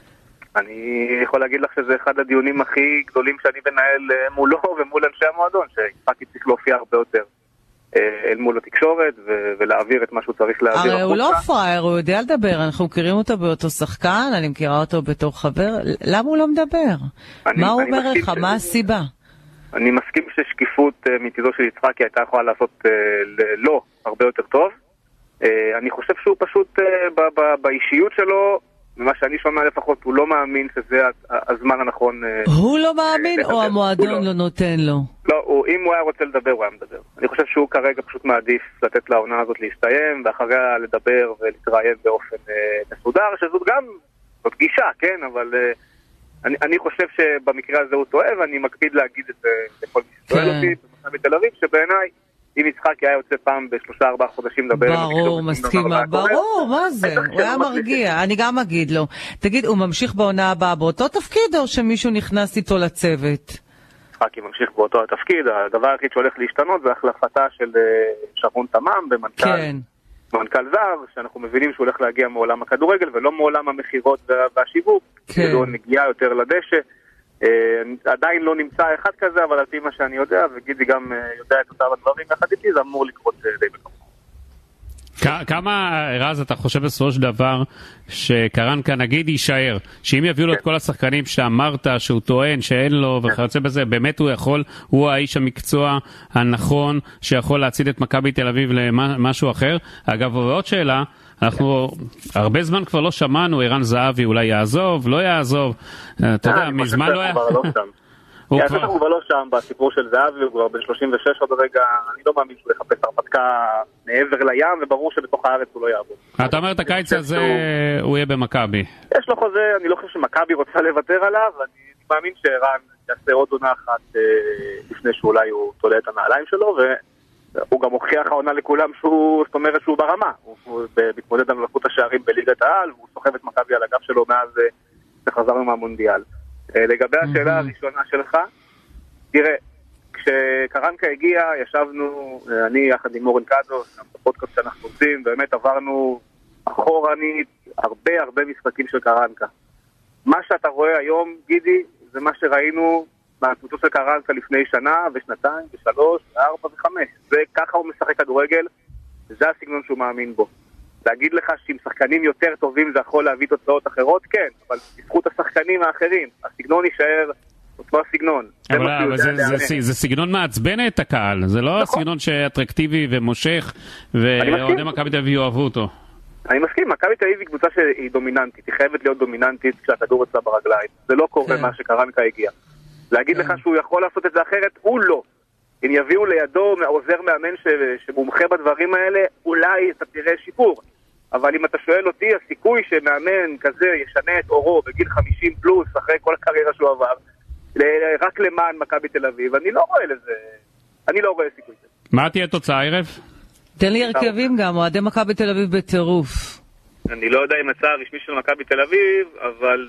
אני יכול להגיד לך שזה אחד הדיונים הכי גדולים שאני מנהל מולו ומול אנשי המועדון, שיצחקי צריך להופיע הרבה יותר אל מול התקשורת ולהעביר את מה שהוא צריך להעביר. הרי הוא לא פרייר, הוא יודע לדבר, אנחנו מכירים אותו באותו שחקן, אני מכירה אותו בתור חבר, למה הוא לא מדבר? מה הוא אומר לך? מה הסיבה? אני מסכים ששקיפות מצידו של יצחקי הייתה יכולה לעשות לא הרבה יותר טוב. אני חושב שהוא פשוט באישיות שלו, ממה שאני שומע לפחות, הוא לא מאמין שזה הזמן הנכון. הוא לא מאמין או המועדון לא נותן לו? לא, אם הוא היה רוצה לדבר, הוא היה מדבר. אני חושב שהוא כרגע פשוט מעדיף לתת לעונה הזאת להסתיים, ואחריה לדבר ולהתראיין באופן מסודר, שזאת גם, זאת גישה, כן, אבל אני חושב שבמקרה הזה הוא טועה, ואני מקפיד להגיד את זה לכל מי ששואל אותי, במכבי תל אביב, שבעיניי, אם יצחקי היה יוצא פעם ב3-4 חודשים לדבר... ברור, מסכימה, ברור, מה זה? הוא היה מרגיע, אני גם אגיד לו. תגיד, הוא ממשיך בעונה הבאה באותו תפקיד, או שמישהו נכנס איתו לצוות? יצחקי ממשיך באותו התפקיד, הדבר היחיד שהולך להשתנות זה החלפתה של שרון תמם במנכ"ל זר, שאנחנו מבינים שהוא הולך להגיע מעולם הכדורגל, ולא מעולם המחירות והשיווק, הוא נגיע יותר לדשא. עדיין לא נמצא אחד כזה, אבל על פי מה שאני יודע, וגידי גם יודע את אותם הדברים יחד איתי, זה אמור לקרות די בקרוב. כמה, רז, אתה חושב בסופו של דבר שקרנקה נגיד יישאר, שאם יביאו לו את כל השחקנים שאמרת שהוא טוען שאין לו וכיוצא בזה, באמת הוא יכול, הוא האיש המקצוע הנכון שיכול להציל את מכבי תל אביב למשהו אחר? אגב, ועוד שאלה, אנחנו הרבה זמן כבר לא שמענו, ערן זהבי אולי יעזוב, לא יעזוב, אתה יודע, מזמן לא היה... הוא כבר לא שם בסיפור של זהבי, הוא כבר בן 36 עוד רגע, אני לא מאמין שהוא יחפש הרפתקה מעבר לים, וברור שבתוך הארץ הוא לא יעבור. אתה אומר את הקיץ הזה הוא יהיה במכבי. יש לו חוזה, אני לא חושב שמכבי רוצה לוותר עליו, אני מאמין שערן יעשה עוד עונה אחת לפני שאולי הוא תולה את הנעליים שלו, והוא גם הוכיח העונה לכולם זאת אומרת שהוא ברמה, הוא מתמודד על מלכות השערים בליגת העל, והוא סוחב את מכבי על הגב שלו מאז שחזרנו מהמונדיאל. לגבי השאלה הראשונה שלך, תראה, כשקרנקה הגיע, ישבנו, אני יחד עם אורן קאדו, בפודקאסט שאנחנו עושים, באמת עברנו אחורנית, הרבה משחקים של קרנקה. מה שאתה רואה היום, גידי, זה מה שראינו מהקבוצות של קרנקה לפני שנה ושנתיים ושלוש וארבע וחמש. זה ככה הוא משחק כדורגל, זה הסגנון שהוא מאמין בו. להגיד לך שעם שחקנים יותר טובים זה יכול להביא תוצאות אחרות, כן, אבל בזכות השחקנים האחרים, הסגנון יישאר אותו הסגנון. אבל זה סגנון מעצבן את הקהל, זה לא סגנון שאטרקטיבי ומושך, ואוהדי מכבי תל אביב יאהבו אותו. אני מסכים, מכבי תל אביב היא קבוצה שהיא דומיננטית, היא חייבת להיות דומיננטית כשהכדור אצלה ברגליים. זה לא קורה מה שקרנקה הגיע. להגיד לך שהוא יכול לעשות את זה אחרת, הוא לא. אם יביאו לידו עוזר מאמן שמומחה בדברים האלה, אולי אתה תראה שיפור. אבל אם אתה שואל אותי, הסיכוי שמאמן כזה ישנה את אורו בגיל 50 פלוס, אחרי כל הקריירה שהוא עבר, רק למען מכבי תל אביב, אני לא רואה לזה, אני לא רואה סיכוי. מה תהיה תוצאה הערב? תן לי הרכבים גם, אוהדי מכבי תל אביב בטירוף. אני לא יודע אם הצעה הרשמי של מכבי תל אביב, אבל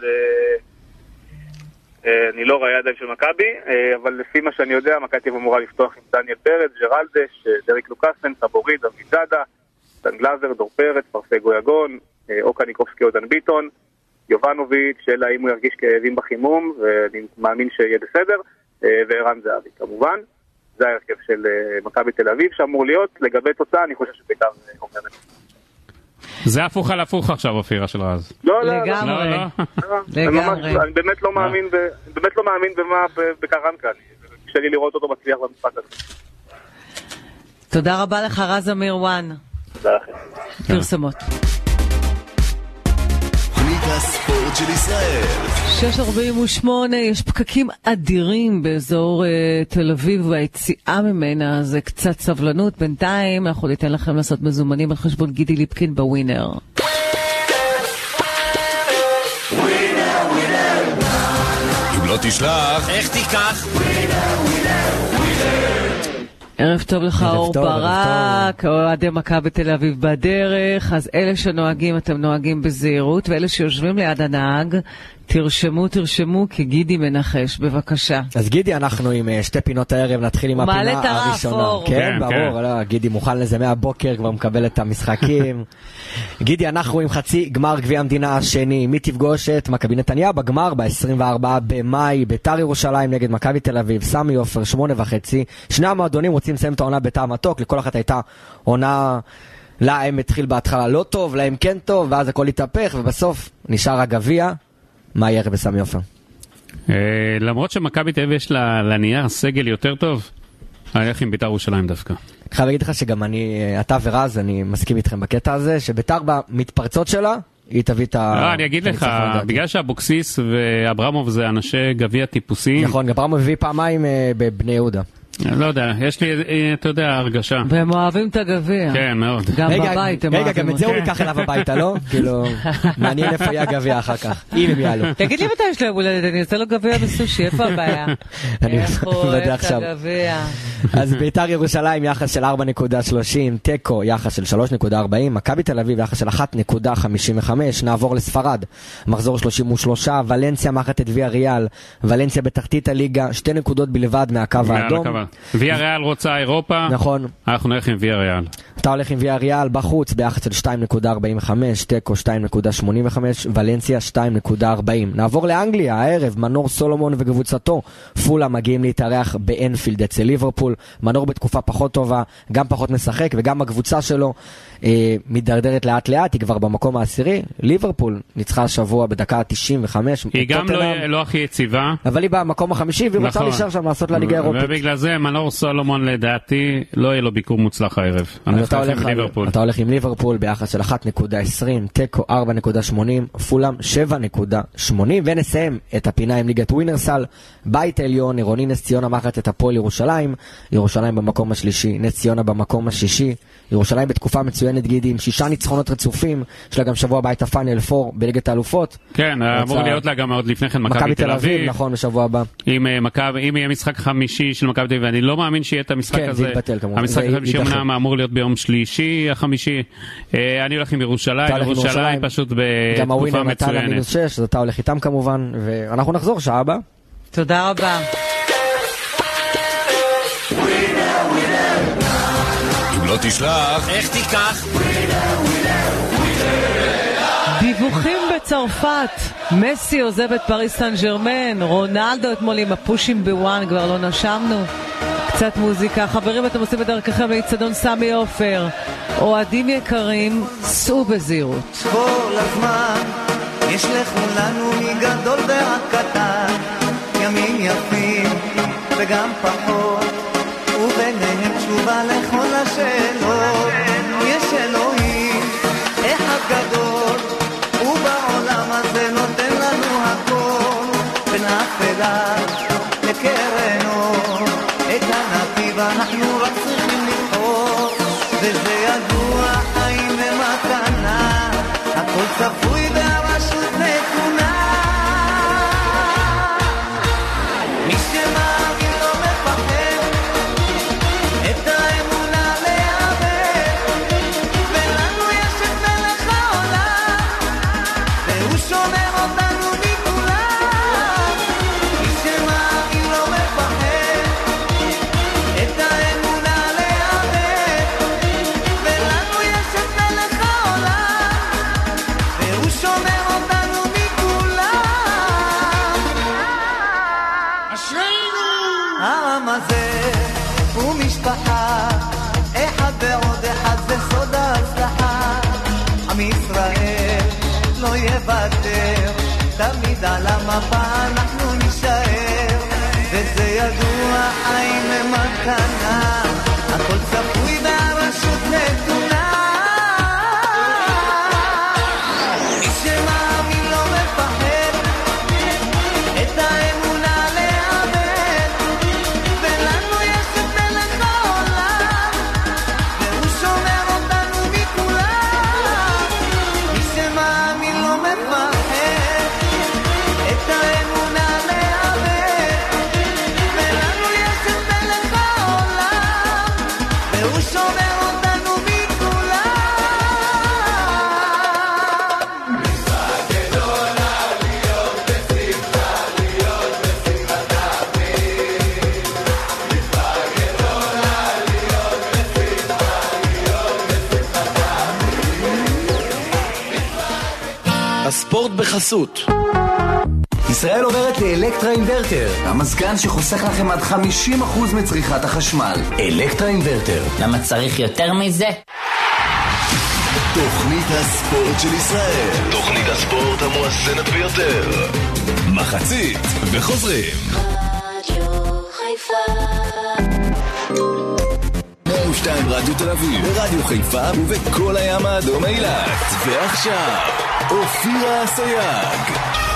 אני לא רואה עדיין של מכבי, אבל לפי מה שאני יודע, מכבי תל אביב אמורה לפתוח עם דניאל פרץ, ג'רלדש, דריק לוקאסן, סבורי, דוד זאדה, דן גלאזר, דור פרץ, פרסגו יגון, אוקה ניקובסקי או דן ביטון, יובנוביץ', אלא אם הוא ירגיש כאבים בחימום, ואני מאמין שיהיה בסדר, וערן זהבי כמובן. זה ההרכב של מכבי תל אביב שאמור להיות. לגבי תוצאה, אני חושב שבית"ר אומרת. זה הפוך על הפוך עכשיו, אופירה של רז. לא, לגמרי. אני באמת לא מאמין במה בקרנקה. קשה לי לראות אותו מצליח במשחק הזה. תודה רבה לך, רז אמיר וואן. תודה לכם. פרסומות. הספורט של ישראל. 6:48, יש פקקים אדירים באזור תל אביב והיציאה ממנה, זה קצת סבלנות. בינתיים אנחנו ניתן לכם לעשות מזומנים על חשבון גידי ליפקין בווינר. אם לא תשלח, איך תיקח? ערב טוב לך אור ברק, אוהדי מכבי תל אביב בדרך. אז אלה שנוהגים, אתם נוהגים בזהירות, ואלה שיושבים ליד הנהג, תרשמו כי גידי מנחש, בבקשה. אז גידי, אנחנו עם שתי פינות הערב, נתחיל עם הפינה הראשונה. כן, ברור, לא, גידי מוכן לזה מהבוקר, כבר מקבל את המשחקים. גידי, אנחנו עם חצי גמר גביע המדינה השני, מי תפגוש את מכבי נתניה בגמר ב-24 במאי, בית"ר ירושלים נגד מכבי תל אביב, סמי עופר 8:30. שני המועדונים רוצים לסיים את העונה בטעם מתוק, לכל אחת הייתה עונה, להם התחיל בהתחלה לא טוב, להם כן טוב, ואז הכל התהפך, ובסוף נשאר הגביע. מה יהיה בסמי עופר? למרות שמכבי תל אביב יש לנייר סגל יותר טוב, אני הולך עם בית"ר ירושלים דווקא. חייב להגיד לך שגם אתה ורז, אני מסכים איתכם בקטע הזה, שבית"ר במתפרצות שלה, היא תביא את ה... אני אגיד לך, בגלל שאבוקסיס ואברמוב זה אנשי גביע טיפוסי. נכון, אברמוב הביא פעמיים בבני יהודה. לא יודע, יש לי, אתה יודע, הרגשה. והם אוהבים את הגביע. כן, מאוד. גם בבית הם אוהבים. רגע, גם את זה הוא ייקח אליו הביתה, לא? כאילו, מעניין איפה יהיה הגביע אחר כך, אם הם יעלו. תגיד לי מתי יש להם הולדת, אני אעשה לו גביע בסושי, איפה הבעיה? איך הוא אוהב את הגביע? אז בית"ר ירושלים יחס של 4.30, טקו יחס של 3.40, מכבי תל אביב יחס של 1.55. נעבור לספרד, מחזור 33, ולנסיה מארחת את ויה ריאל, ולנסיה בתחתית הליגה, 2 נקודות בלבד מהקו האדום. ויה ריאל רוצה אירופה, נכון. אנחנו הולכים עם ויה ריאל. אתה הולך עם ויה ריאל בחוץ ביחס של 2.45, טקו 2.85, ולנסיה 2.40. נעבור לאנגליה, הערב מנור סולומון וקבוצתו פולה מגיעים להתארח באנפילד אצל ליברפול. מנור בתקופה פחות טובה, גם פחות משחק, וגם הקבוצה שלו מתדרדרת לאט לאט, היא כבר במקום העשירי. ליברפול ניצחה השבוע בדקה 95. היא גם לא הכי יציבה, אבל היא במקום החמישי, והיא רוצה להישאר שם לעשות לליגה האירופית. ובגלל זה מנור סולומון לדעתי לא יהיה לו ביקור מוצלח הערב. אתה הולך עם ליברפול ביחס של 1.20, טקו 4.80, פולאם 7.80. ונסיים את הפינה עם ליגת ווינרסל, בית העליון, עירוני נס ציונה מארחת את הפועל ירושלים, ירושלים במקום השלישי, נס ציונה במקום השישי. ירושלים בתקופה מצוינת גידי, עם 6 ניצחונות רצופים, יש לה גם שבוע הבית הפיינל 4 בליגת האלופות. כן, אמור להיות לה גם עוד לפני כן מכבי תל אביב. נכון, בשבוע הבא. אם יהיה משחק חמישי של מכבי תל אביב, ואני לא מאמין שיהיה את המשחק הזה. כן, זה יתבטל כמובן. המשחק החמישי אמנם אמור להיות ביום שלישי, החמישי. אני הולך עם ירושלים, ירושלים פשוט בתקופה גם הווינר נתן לה מצוינת. -6, אז אתה הולך איתם כמובן, ואנחנו נחזור שעה הבאה. תודה רבה. אם לא תשלח, איך תיקח? דיווחים בצרפת, מסי עוזב את פריס סן ז'רמן, רונלדו אתמול עם הפושים בוואן, כבר לא נשמנו. קצת מוזיקה. חברים, אתם עושים בדרככם לאצטדיון סמי עופר. אוהדים יקרים, סעו בזהירות. כל הזמן יש לכולנו מגדול ועד קטן, ימים יפים וגם פחות, וביניהם תשובה לכל השאלות. יש אלוהים אחד גדול, ובעולם הזה נותן לנו הכל, בין אפלה לקרנו, את הנתיב אנחנו רק צריכים לבחור, וזה ידוע, חיים ומתנה, הכל צפוי והרשות נתונה. מי שמאמין לא מפחד, את האמונה לאבד, ולנו יש את מלך העולם, והוא שומר אותנו מכולם. מי שמאמין לא מפחד, את האמונה לאבד, ולנו יש את מלך העולם, והוא שומר אותנו מכולם. אשרינו! העם הזה הוא משפחה, אחד ועוד אחד זה סוד ההצלחה. עם ישראל לא יוותר, תמיד על המפה אנחנו נשאר, וזה ידוע, חיים ומתנה, הכל צפוי והרשות נתונה. מי שמאמין לא מפחד, את האמונה לאבד, ולנו יש את מלך העולם, והוא שומר אותנו מכולם. מי שמאמין לא מפחד, את האמונה לאבד, ולנו יש את מלך העולם, והוא שומר אותנו מכולם. הספורט בחסות ישראל עוברת לאלקטרה אינברטר, המזגן שחוסך לכם עד 50% מצריכת החשמל. אלקטרה אינברטר. למה צריך יותר מזה? תוכנית הספורט של ישראל, תוכנית הספורט המואזנת ביותר. מחצית וחוזרים. רדיו חיפה 102 רדיו תל אביב, ברדיו חיפה ובכל הים האדום אילת. ועכשיו אופירה אסייג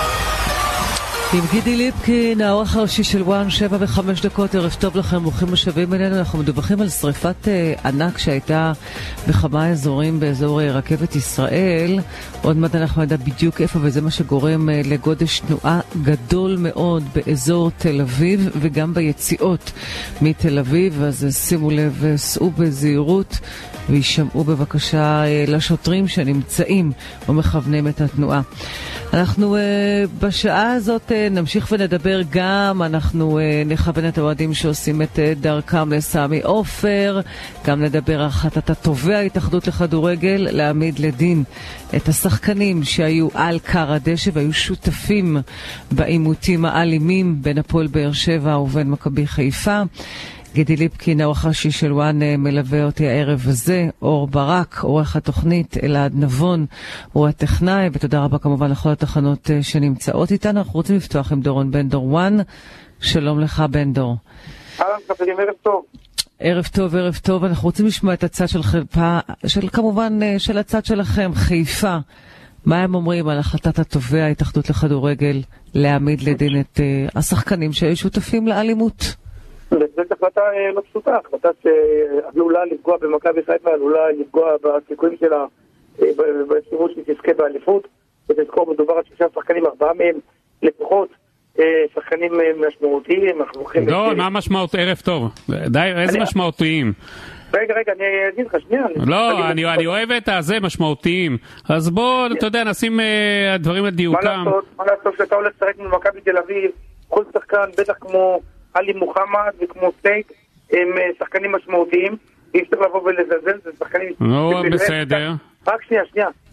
עם גידי ליפקין, העורך הראשי של וואן, 7:05. ערב טוב לכם, ברוכים השבים אלינו. אנחנו מדווחים על שריפת ענק שהייתה בכמה אזורים באזור רכבת ישראל. עוד מעט אנחנו נדע בדיוק איפה, וזה מה שגורם לגודש תנועה גדול מאוד באזור תל אביב וגם ביציאות מתל אביב. אז שימו לב, סעו בזהירות וישמעו בבקשה לשוטרים שנמצאים ומכוונים את התנועה. אנחנו בשעה הזאת נמשיך ונדבר גם, אנחנו נכוון את האוהדים שעושים את דרכם לסמי עופר, גם נדבר על החלטת התובע ההתאחדות לכדורגל להעמיד לדין את השחקנים שהיו על קר הדשא והיו שותפים בעימותים האלימים בין הפועל באר שבע ובין מכבי חיפה. גידי ליפקין, העורך הראשי של וואן, מלווה אותי הערב הזה. אור ברק, עורך התוכנית, אלעד נבון, הוא הטכנאי, ותודה רבה כמובן לכל התחנות שנמצאות איתנו. אנחנו רוצים לפתוח עם דורון בן דור וואן. שלום לך בן דור. אהלן חברים, ערב טוב. ערב טוב, ערב טוב. אנחנו רוצים לשמוע את הצד של חיפה, כמובן של הצד שלכם, חיפה. מה הם אומרים על החלטת התובע ההתאחדות לכדורגל להעמיד לדין את השחקנים שהיו שותפים לאלימות? זאת החלטה לא פשוטה, החלטה שעלולה לפגוע במכבי חיפה, עלולה לפגוע בסיכויים שלה באפשרות שתזכה באליפות. ותזכור, מדובר על 6 שחקנים, 4 מהם לפחות שחקנים משמעותיים. לא, מה משמעות? ערב טוב. די, איזה משמעותיים? רגע, אני אגיד לך, שנייה. לא, אני אוהב את הזה משמעותיים. אז בוא, אתה יודע, נשים הדברים לדיוקם. מה לעשות שאתה הולך לשחק מול מכבי תל אביב, כל שחקן, בטח כמו עלי מוחמד וכמו סטייק, הם שחקנים משמעותיים, אי אפשר לבוא ולזלזל, זה שחקנים... לא, בסדר. רק שנייה,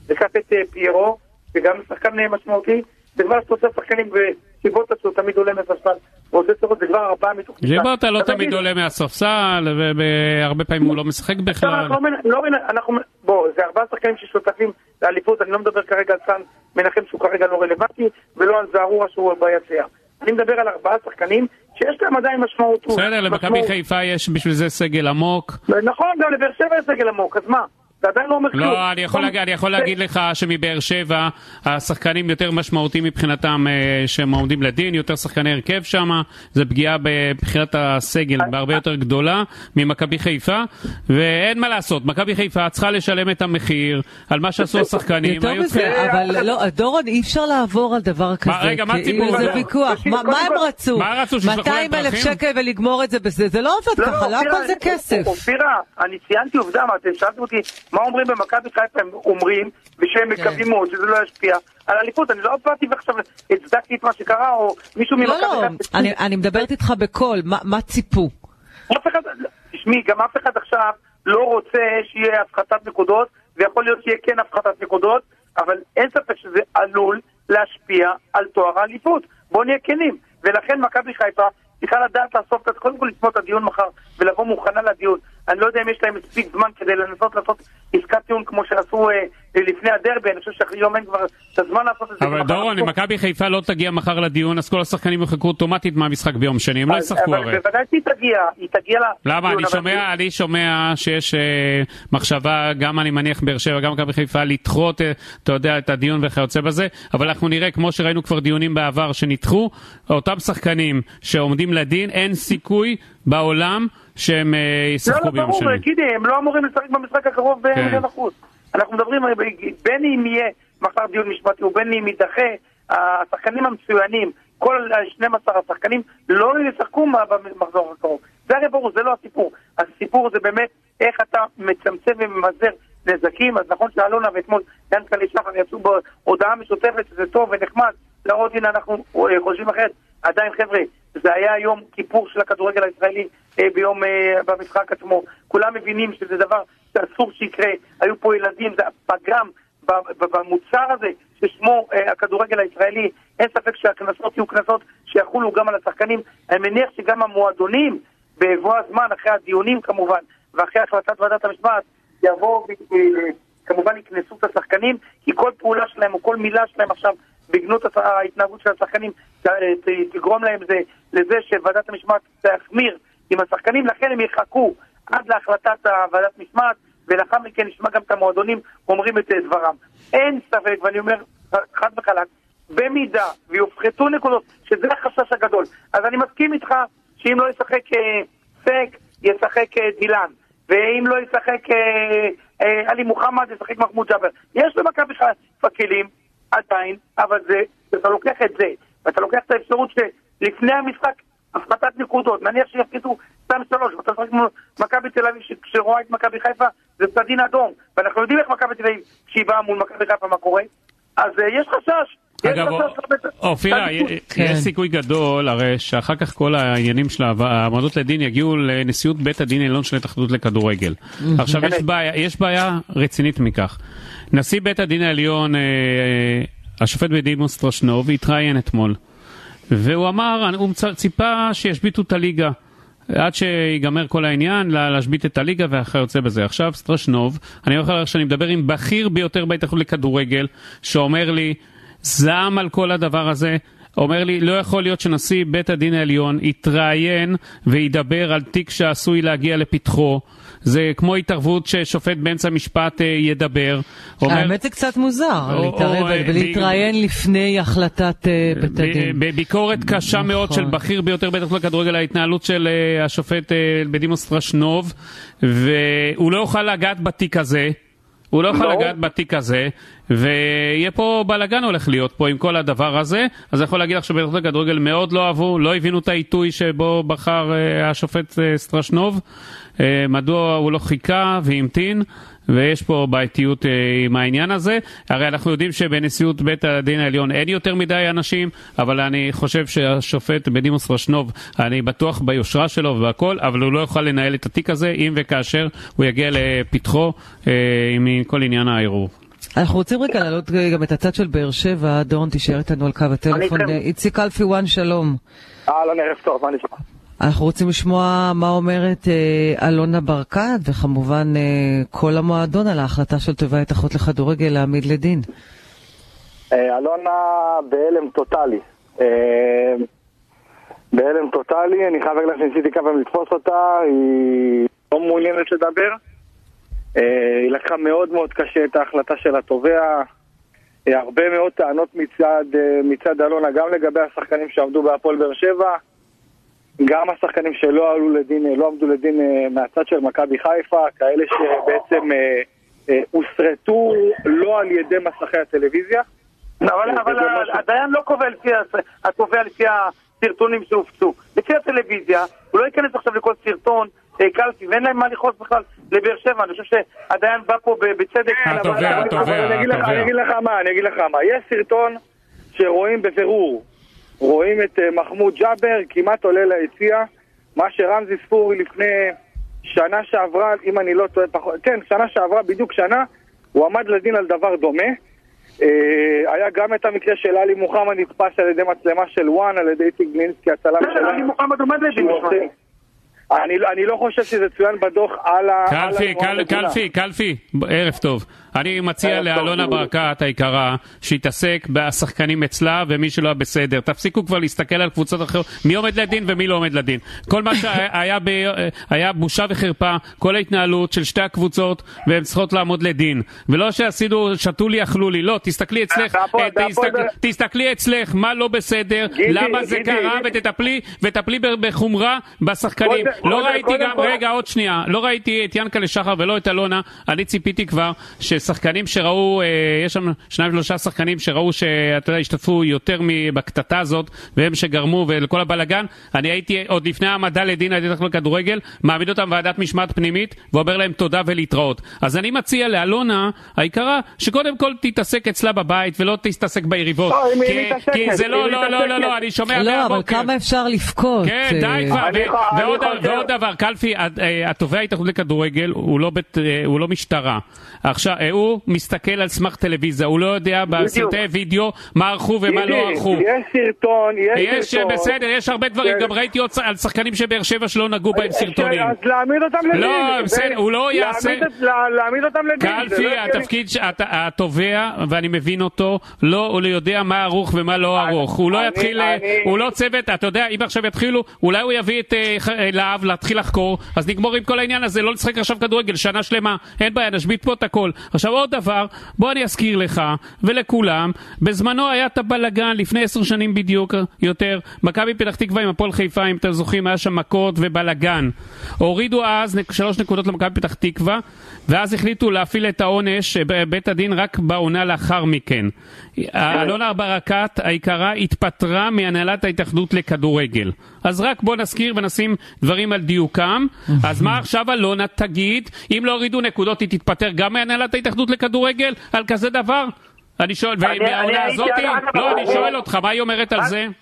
לקחת את פיירו, וגם שחקן משמעותי, זה כבר שאתה עושה שחקנים וסיבות שהוא תמיד עולה מהספסל, ועושה צורות, זה כבר 4 מתוך 6. ג'יבוטה לא תמיד עולה מהספסל, והרבה פעמים הוא לא משחק בכלל. בוא, זה 4 שחקנים ששותפים לאליפות, אני לא מדבר כרגע על סן מנחם שהוא כרגע לא רלוונטי, ולא על זערורה שהוא ביציע. אני מדבר על 4 שחקנים שיש להם עדיין משמעות. בסדר, למכבי חיפה יש בשביל זה סגל עמוק. נכון, גם לבאר שבע יש סגל עמוק, אז מה? זה עדיין לא אומר כלום. לא, אני יכול להגיד לך שמבאר שבע השחקנים יותר משמעותיים מבחינתם שהם עומדים לדין, יותר שחקני הרכב שם, זה פגיעה בבחירת הסגל בהרבה יותר גדולה ממכבי חיפה, ואין מה לעשות, מכבי חיפה צריכה לשלם את המחיר על מה שעשו השחקנים. יותר מזה, אבל לא, דורון, אי אפשר לעבור על דבר כזה. רגע, מה ציבור? זה ויכוח, מה הם רצו? 200,000 שקל ולגמור את זה בזה, זה לא עובד ככה, לא הכל זה כסף. אופירה, אני ציינתי עובדה, אתם שאלתם אותי מה אומרים במכבי חיפה, הם אומרים ושהם מקווים מאוד שזה לא ישפיע על האליפות. אני לא באתי ועכשיו הצדקתי את מה שקרה או מישהו ממכבי חיפה. לא, אני מדברת איתך בקול, מה ציפו? אף אחד, תשמעי, גם אף אחד עכשיו לא רוצה שיהיה הפחתת נקודות, ויכול להיות שיהיה כן הפחתת נקודות, אבל אין ספק שזה עלול להשפיע על תואר האליפות. בואו נהיה כנים, ולכן מכבי חיפה צריכה לדעת לעשות, קודם כל לצפות את הדיון מחר ולבוא מוכנה לדיון. אני לא יודע אם יש להם מספיק זמן כדי לנסות לעשות עסקת טיעון כמו שעשו לפני הדרבי, אני חושב שהיום אין כבר את הזמן לעשות את זה. אבל דורון, אם מכבי חיפה לא תגיע מחר לדיון, אז כל השחקנים יחכו אוטומטית מהמשחק ביום שני, הם לא ישחקו הרי. אבל בוודאי היא תגיע לה... למה? אני שומע שיש מחשבה, גם אני מניח באר שבע, גם מכבי חיפה, לדחות, אתה יודע, את הדיון וכיוצא בזה, אבל אנחנו נראה, כמו שראינו כבר דיונים בעבר שנדחו, אותם שחקנים שעומדים לדין, אין סיכוי בעולם שהם ישחקו ביום שני. לא, ברור, גידי, הם לא אמורים לשחק במשחק הקרוב במיליון אחוז. אנחנו מדברים, בין אם יהיה מחר דיון משפטי ובין אם יידחה, השחקנים המצוינים, כל 12 השחקנים לא ישחקו במחזור הקרוב. זה הרי ברור, זה לא הסיפור. הסיפור זה באמת איך אתה מצמצם וממזער נזקים. אז נכון שאלונה ואתמול דן קלי שחר יצאו בהודעה משותפת שזה טוב ונחמד להראות, הנה אנחנו חושבים אחרת. עדיין חבר'ה, זה היה יום כיפור של הכדורגל הישראלי ביום במשחק עצמו. כולם מבינים שזה דבר שאסור שיקרה. היו פה ילדים, זה פגם במוצר הזה ששמו הכדורגל הישראלי. אין ספק שהכנסות יהיו כנסות שיחולו גם על השחקנים. אני מניח שגם המועדונים בבוא הזמן, אחרי הדיונים כמובן, ואחרי החלטת ועדת המשמעת, יבואו כמובן יכנסו את השחקנים, כי כל פעולה שלהם או כל מילה שלהם עכשיו בגנות ההתנהגות של השחקנים תגרום להם לזה שוועדת המשמעת תחמיר עם השחקנים, לכן הם יחכו עד להחלטת ועדת משמעת, ולאחר מכן נשמע גם את המועדונים אומרים את דברם. אין ספק, ואני אומר חד וחלק, במידה ויופחתו נקודות, שזה החשש הגדול, אז אני מסכים איתך שאם לא ישחק סק, ישחק דילן, ואם לא ישחק עלי מוחמד, ישחק מחמוד ג'אבר. יש למכבי חיפה כלים עדיין, אבל אתה לוקח את זה, ואתה לוקח את האפשרות שלפני המשחק הפחתת נקודות, נניח שיפחיתו סתם 3, ואתה שחק מכבי תל אביב שרואה את מכבי חיפה, זה צדין אדום, ואנחנו יודעים איך מכבי תל אביב כשהיא באה מול מכבי חיפה מה קורה, אז יש חשש. אגב, אופירה, יש סיכוי גדול, הרי שאחר כך כל העניינים של העמדות לדין יגיעו לנשיאות בית הדין העליון של ההתאחדות לכדורגל. עכשיו, יש בעיה רצינית מכך. נשיא בית הדין העליון, השופט בדימוס סטרשנוב, התראיין אתמול, והוא אמר, הוא ציפה שישביתו את הליגה, עד שיגמר כל העניין, להשבית את הליגה וכיוצא בזה. עכשיו, סטרשנוב, אני אומר לך שאני מדבר עם בכיר ביותר בהתאחדות לכדורגל, שאומר לי, זעם על כל הדבר הזה, אומר לי, לא יכול להיות שנשיא בית הדין העליון יתראיין וידבר על תיק שעשוי להגיע לפתחו. זה כמו התערבות ששופט באמצע משפט ידבר. האמת זה קצת מוזר, להתערב ולהתראיין לפני החלטת בית הדין. בביקורת קשה מאוד של בכיר ביותר בהתאחדות לכדורגל, ההתנהלות של השופט בדימוס סטרשנוב, והוא לא יוכל לגעת בתיק הזה. הוא לא יכול לגעת בתיק הזה, ויהיה פה בלגן הולך להיות פה עם כל הדבר הזה. אז אני יכול להגיד לך שבהתאחדות לכדורגל מאוד לא אהבו, לא הבינו את העיתוי שבו בחר השופט סטרשנוב, מדוע הוא לא חיכה והמתין, ויש פה בעייתיות עם העניין הזה. הרי אנחנו יודעים שבנשיאות בית הדין העליון אין יותר מדי אנשים, אבל אני חושב שהשופט בדימוס סטרשנוב, אני בטוח ביושרה שלו ובכל, אבל הוא לא יוכל לנהל את התיק הזה אם וכאשר הוא יגיע לפתחו עם כל עניין הערעור. אנחנו רוצים רגע להעלות גם את הצד של באר שבע. דורון, תישאר איתנו על קו הטלפון. איציק אלפי וואן, שלום. אהלן, ערב טוב, מה נשמע? אנחנו רוצים לשמוע מה אומרת אלונה ברקת, וכמובן כל המועדון על ההחלטה של טובי ההתאחדות לכדורגל להעמיד לדין. אלונה בהלם טוטלי. בהלם טוטלי, אני חייב להגיד שניסיתי כמה לתפוס אותה, היא לא מעוניינת לדבר. היא לקחה מאוד מאוד קשה את ההחלטה של התובע. הרבה מאוד טענות מצד אלונה, גם לגבי השחקנים שעבדו בהפועל באר שבע, גם השחקנים שלא עמדו לדין מהצד של מכבי חיפה, כאלה שבעצם הוסרטו לא על ידי מסכי הטלוויזיה. אבל הדיין לא קובע לפי הסרטונים שהופצו. לפי הטלוויזיה, הוא לא ייכנס עכשיו לכל סרטון קלפי, ואין להם מה לכעוס בכלל לבאר שבע. אני חושב שהדיין בא פה בצדק. אני אגיד לך מה, יש סרטון שרואים בבירור, רואים את מחמוד ג'אבר כמעט עולה ליציע, מה שרמזי ספורי לפני שנה שעברה, אם אני לא טועה פחות, כן, שנה שעברה, בדיוק שנה, הוא עמד לדין על דבר דומה. היה גם את המקרה של אלי מוחמד נתפס על ידי מצלמה של וואן, על ידי איציק גלינסקי, הצלם שלה. אלי מוחמד עומד לדין. אני לא חושב שזה צוין בדוח על קלפי, ערב טוב. אני מציע לאלונה ברקת היקרה שיתעסק בשחקנים אצלה ומי שלא בסדר. תפסיקו כבר להסתכל על קבוצות אחרות, מי עומד לדין ומי לא עומד לדין. כל מה שהיה בושה וחרפה, כל ההתנהלות של שתי הקבוצות, והן צריכות לעמוד לדין. ולא שעשינו, שתו לי, אכלו לי. לא, תסתכלי אצלך מה לא בסדר, למה זה קרה, ותטפלי בחומרה בשחקנים. לא ראיתי גם, רגע, עוד שנייה, לא ראיתי את ינקלה שחר ולא את אלונה. אני ציפיתי כבר ששחקנים שראו, יש שם 2-3 שחקנים שראו שאתה יודע, השתתפו יותר בקטטה הזאת, והם שגרמו ולכל הבלגן. אני הייתי עוד לפני העמדה לדין על ידי התאחדות לכדורגל, מעמיד אותם ועדת משמעת פנימית ואומר להם תודה ולהתראות. אז אני מציע לאלונה היקרה שקודם כל תתעסק אצלה בבית ולא תתעסק ביריבות. כי זה לא, אני שומע מהבוקר. לא, אבל כמה אפשר לפקות? כן, די כבר. ועוד דבר, קלפי, התובע ההתאחדות לכדורגל הוא לא משטרה. עכשיו, הוא מסתכל על סמך טלוויזיה, הוא לא יודע בסרטי וידאו מה ערכו ומה לא ערכו. יש סרטון, בסדר, יש הרבה דברים, גם ראיתי עוד על שחקנים שבאר שבע שלא נגעו בהם סרטונים. אז להעמיד אותם לדין. לא, בסדר, הוא לא יעשה... להעמיד אותם לדין. קלפי, התפקיד התובע, ואני מבין אותו, הוא לא יודע מה ערוך ומה לא ערוך. הוא לא יתחיל, הוא לא צוות, אתה יודע, אם עכשיו יתחילו, אולי הוא יביא את להב להתחיל לחקור, אז נגמור עם כל העניין הזה, לא לשחק עכשיו כדורגל, שנה שלמה, אין בעיה, נשבית פה את הכל. עכשיו עוד דבר, בוא אני אזכיר לך ולכולם, בזמנו היה את הבלגן לפני 10 שנים בדיוק יותר, מכבי פתח תקווה עם הפועל חיפה, אם אתם זוכרים, היה שם מכות ובלגן. הורידו אז 3 נקודות למכבי פתח תקווה, ואז החליטו להפעיל את העונש בית הדין רק בעונה לאחר מכן. אלונה ברקת היקרה התפטרה מהנהלת ההתאחדות לכדורגל. אז רק בוא נזכיר ונשים דברים על דיוקם. אז מה עכשיו אלונה תגיד, אם לא הורידו נקודות היא תתפטר גם מהנהלת ההתאחדות לכדורגל על כזה דבר? אני שואל, והעונה הזאת, לא, אני שואל אותך, מה היא אומרת על זה?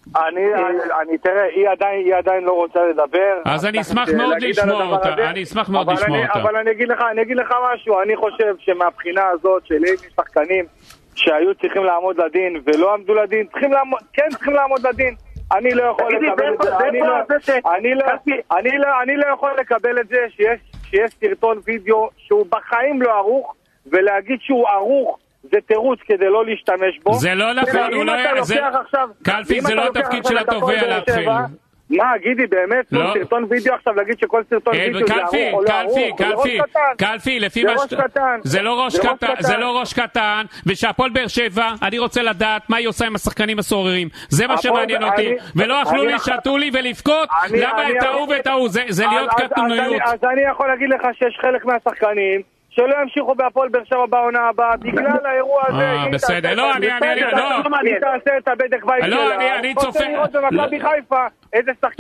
תראה, היא עדיין לא רוצה לדבר. אז אני אשמח מאוד לשמוע אותה. אבל אני אגיד לך משהו, אני חושב שמהבחינה הזאת של שחקנים שהיו צריכים לעמוד לדין ולא עמדו לדין, צריכים לעמוד לדין. אני לא יכול לקבל את זה. אני לא יכול לקבל את זה שיש סרטון וידאו שהוא בחיים לא ערוך, ולהגיד שהוא ערוך זה תירוץ כדי לא להשתמש בו. זה לא נכון, קלפי, זה לא התפקיד של התובע להתחיל. מה, גידי, באמת? לא סרטון וידאו עכשיו להגיד שכל סרטון וידאו זה ערוך או לא ערוך? קלפי, לפי מה זה לא ראש קטן, ושהפועל באר שבע, אני רוצה לדעת מה היא עושה עם השחקנים הסוררים. זה מה שמעניין אותי. ולא אכלו לי, שתו לי ולבכות, למה טעו, זה להיות קטנוניות. אז אני יכול להגיד לך שיש חלק מהשחקנים שלא ימשיכו בהפועל באר שבע בעונה הבאה בגלל האירוע הזה. בסדר, לא, אני תעשה את הבדק בית שלה. אני צופה לראות במכבי חיפה איזה שחקן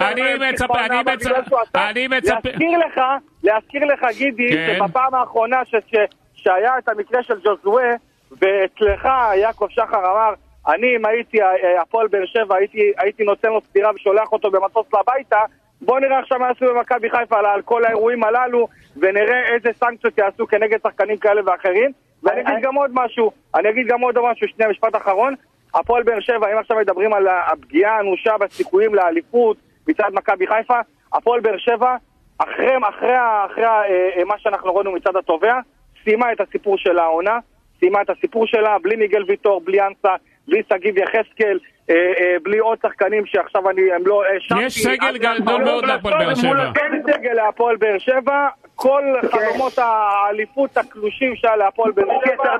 אני מצפה להזכיר לך גידי שבפעם האחרונה שהיה את המקרה של ג'וזואה ואצלך יעקב שחר אמר אני אם הייתי הפועל באר שבע הייתי נותן לו ספירה ושולח אותו במטוס לביתה, בוא נראה עכשיו מה יעשו במכבי חיפה על כל האירועים הללו, ונראה איזה סנקציות יעשו כנגד שחקנים כאלה ואחרים. ואני אגיד גם עוד משהו, שנייה, משפט אחרון. הפועל באר שבע, אם עכשיו מדברים על הפגיעה האנושה בסיכויים לאליפות מצד מכבי חיפה, הפועל באר שבע, אחרי מה שאנחנו רואים מצד התובע, סיימה את הסיפור של העונה, סיימה את הסיפור שלה, בלי מיגל ויטור, בלי אנסה, בלי סגיב יחזקאל, בלי עוד שחקנים שעכשיו הם לא... יש סגל גדול מאוד להפועל באר שבע. אין סגל להפועל באר שבע, כל חלומות האליפות הקלושים שלה להפועל באר שבע,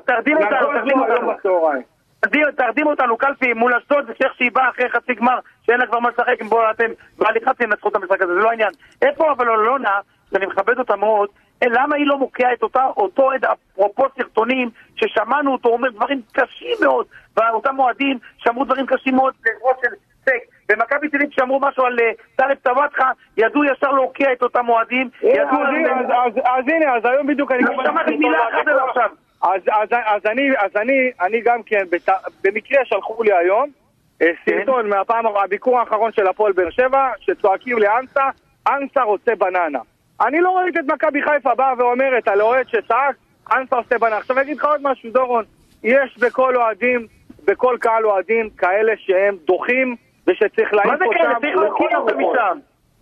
תרדים אותנו קלפי מול אשדוד, ושאיך שהיא באה אחרי חצי גמר, שאין לה כבר מה לשחק, בואו אתם בהליכה תנצחו את המשחק הזה, זה לא העניין. איפה אבל אלונה, שאני מכבד אותה מאוד, למה היא לא מוקיעה את אותו אפרופו סרטונים ששמענו אותו אומר דברים קשים מאוד, ואותם מועדים שאמרו דברים קשים מאוד לראש של סק, במכבי תל אביב שאמרו משהו על טלב טוואטחה, ידעו ישר להוקיע את אותם מועדים. אז הנה, אז היום בדיוק אני שמעתי מילה אחת עד עכשיו. אז אני גם כן, במקרה שלחו לי היום סרטון מהביקור האחרון של הפועל באר שבע, שצועקים לאנסה, אנסה רוצה בננה. אני לא ראיתי את מכבי חיפה באה ואומרת על אוהד שצעק, אנסה עושה בננה. עכשיו אני אגיד לך עוד משהו, דורון, יש בכל אוהדים, בכל קהל אוהדים, כאלה שהם דוחים ושצריך להעיף אותם. מה זה כאלה? צריך להוקיע אותם משם.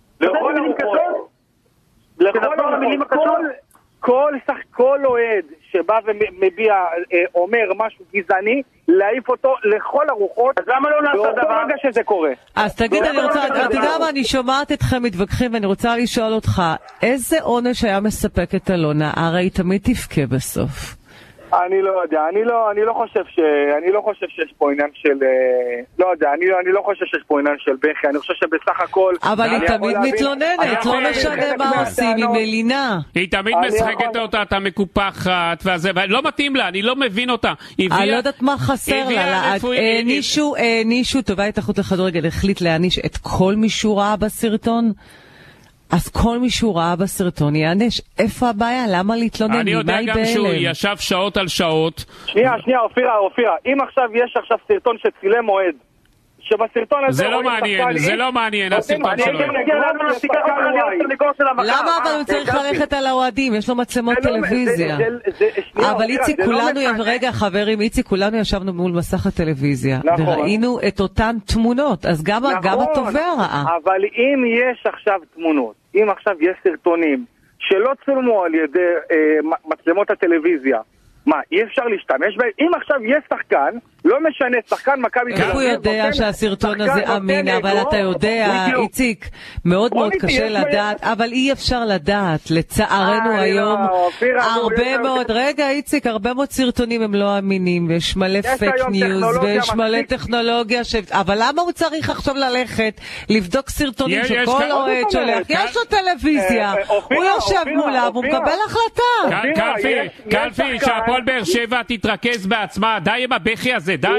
לכל כל אוהד שבא ומביע, אומר משהו גזעני, להעיף אותו לכל הרוחות. אז למה לא נעשה דבר? רגע שזה קורה. אז תגיד, אתה יודע מה, אני שומעת אתכם מתווכחים, ואני רוצה לשאול אותך, איזה עונש היה מספק את אלונה? הרי היא תמיד תפקה בסוף. אני לא יודע, אני לא חושב שיש פה עניין של, לא יודע, אני לא חושב שיש פה עניין של בכי, אני חושב שבסך הכל... אבל היא תמיד מתלוננת, לא משנה מה עושים, היא מלינה. היא תמיד משחקת אותה, אתה מקופחת, לא מתאים לה, אני לא מבין אותה. אני לא יודעת מה חסר לה, הענישו, טובה התאחדות לכדורגל, החליט להעניש את כל מי שהוא ראה בסרטון? אז כל מי שהוא ראה בסרטון יענש. איפה הבעיה? למה להתלונן? אני יודע גם שהוא ישב שעות על שעות. שנייה, אופירה. אם עכשיו יש סרטון שצילם אוהד, שבסרטון הזה... זה לא מעניין, הסרטון שלו. למה אבל הוא צריך ללכת על האוהדים? יש לו מצלמות טלוויזיה. אבל איציק, כולנו, רגע חברים, איציק, כולנו ישבנו מול מסך הטלוויזיה, וראינו את אותן תמונות, אז גם התובע ראה. אבל אם יש עכשיו תמונות, אם עכשיו יש סרטונים שלא צולמו על ידי מצלמות הטלוויזיה, מה, אי אפשר להשתמש בהם? אם עכשיו יש שחקן, לא משנה, שחקן מכבי תל אביב. איך הוא יודע שהסרטון הזה אמין, אבל אתה יודע, איציק, מאוד מאוד קשה לדעת, אבל אי אפשר לדעת, לצערנו היום, הרבה מאוד, רגע איציק, הרבה מאוד סרטונים הם לא אמינים, ויש מלא פייק ניוז, ויש מלא טכנולוגיה, אבל למה הוא צריך עכשיו ללכת, לבדוק סרטונים שכל אוהד שולח? יש לו טלוויזיה, הוא יושב מולה, והוא מקבל החלטה. קלפי, שהפועל באר שבע תתרכז בעצמה, די עם הבכי הזה, די,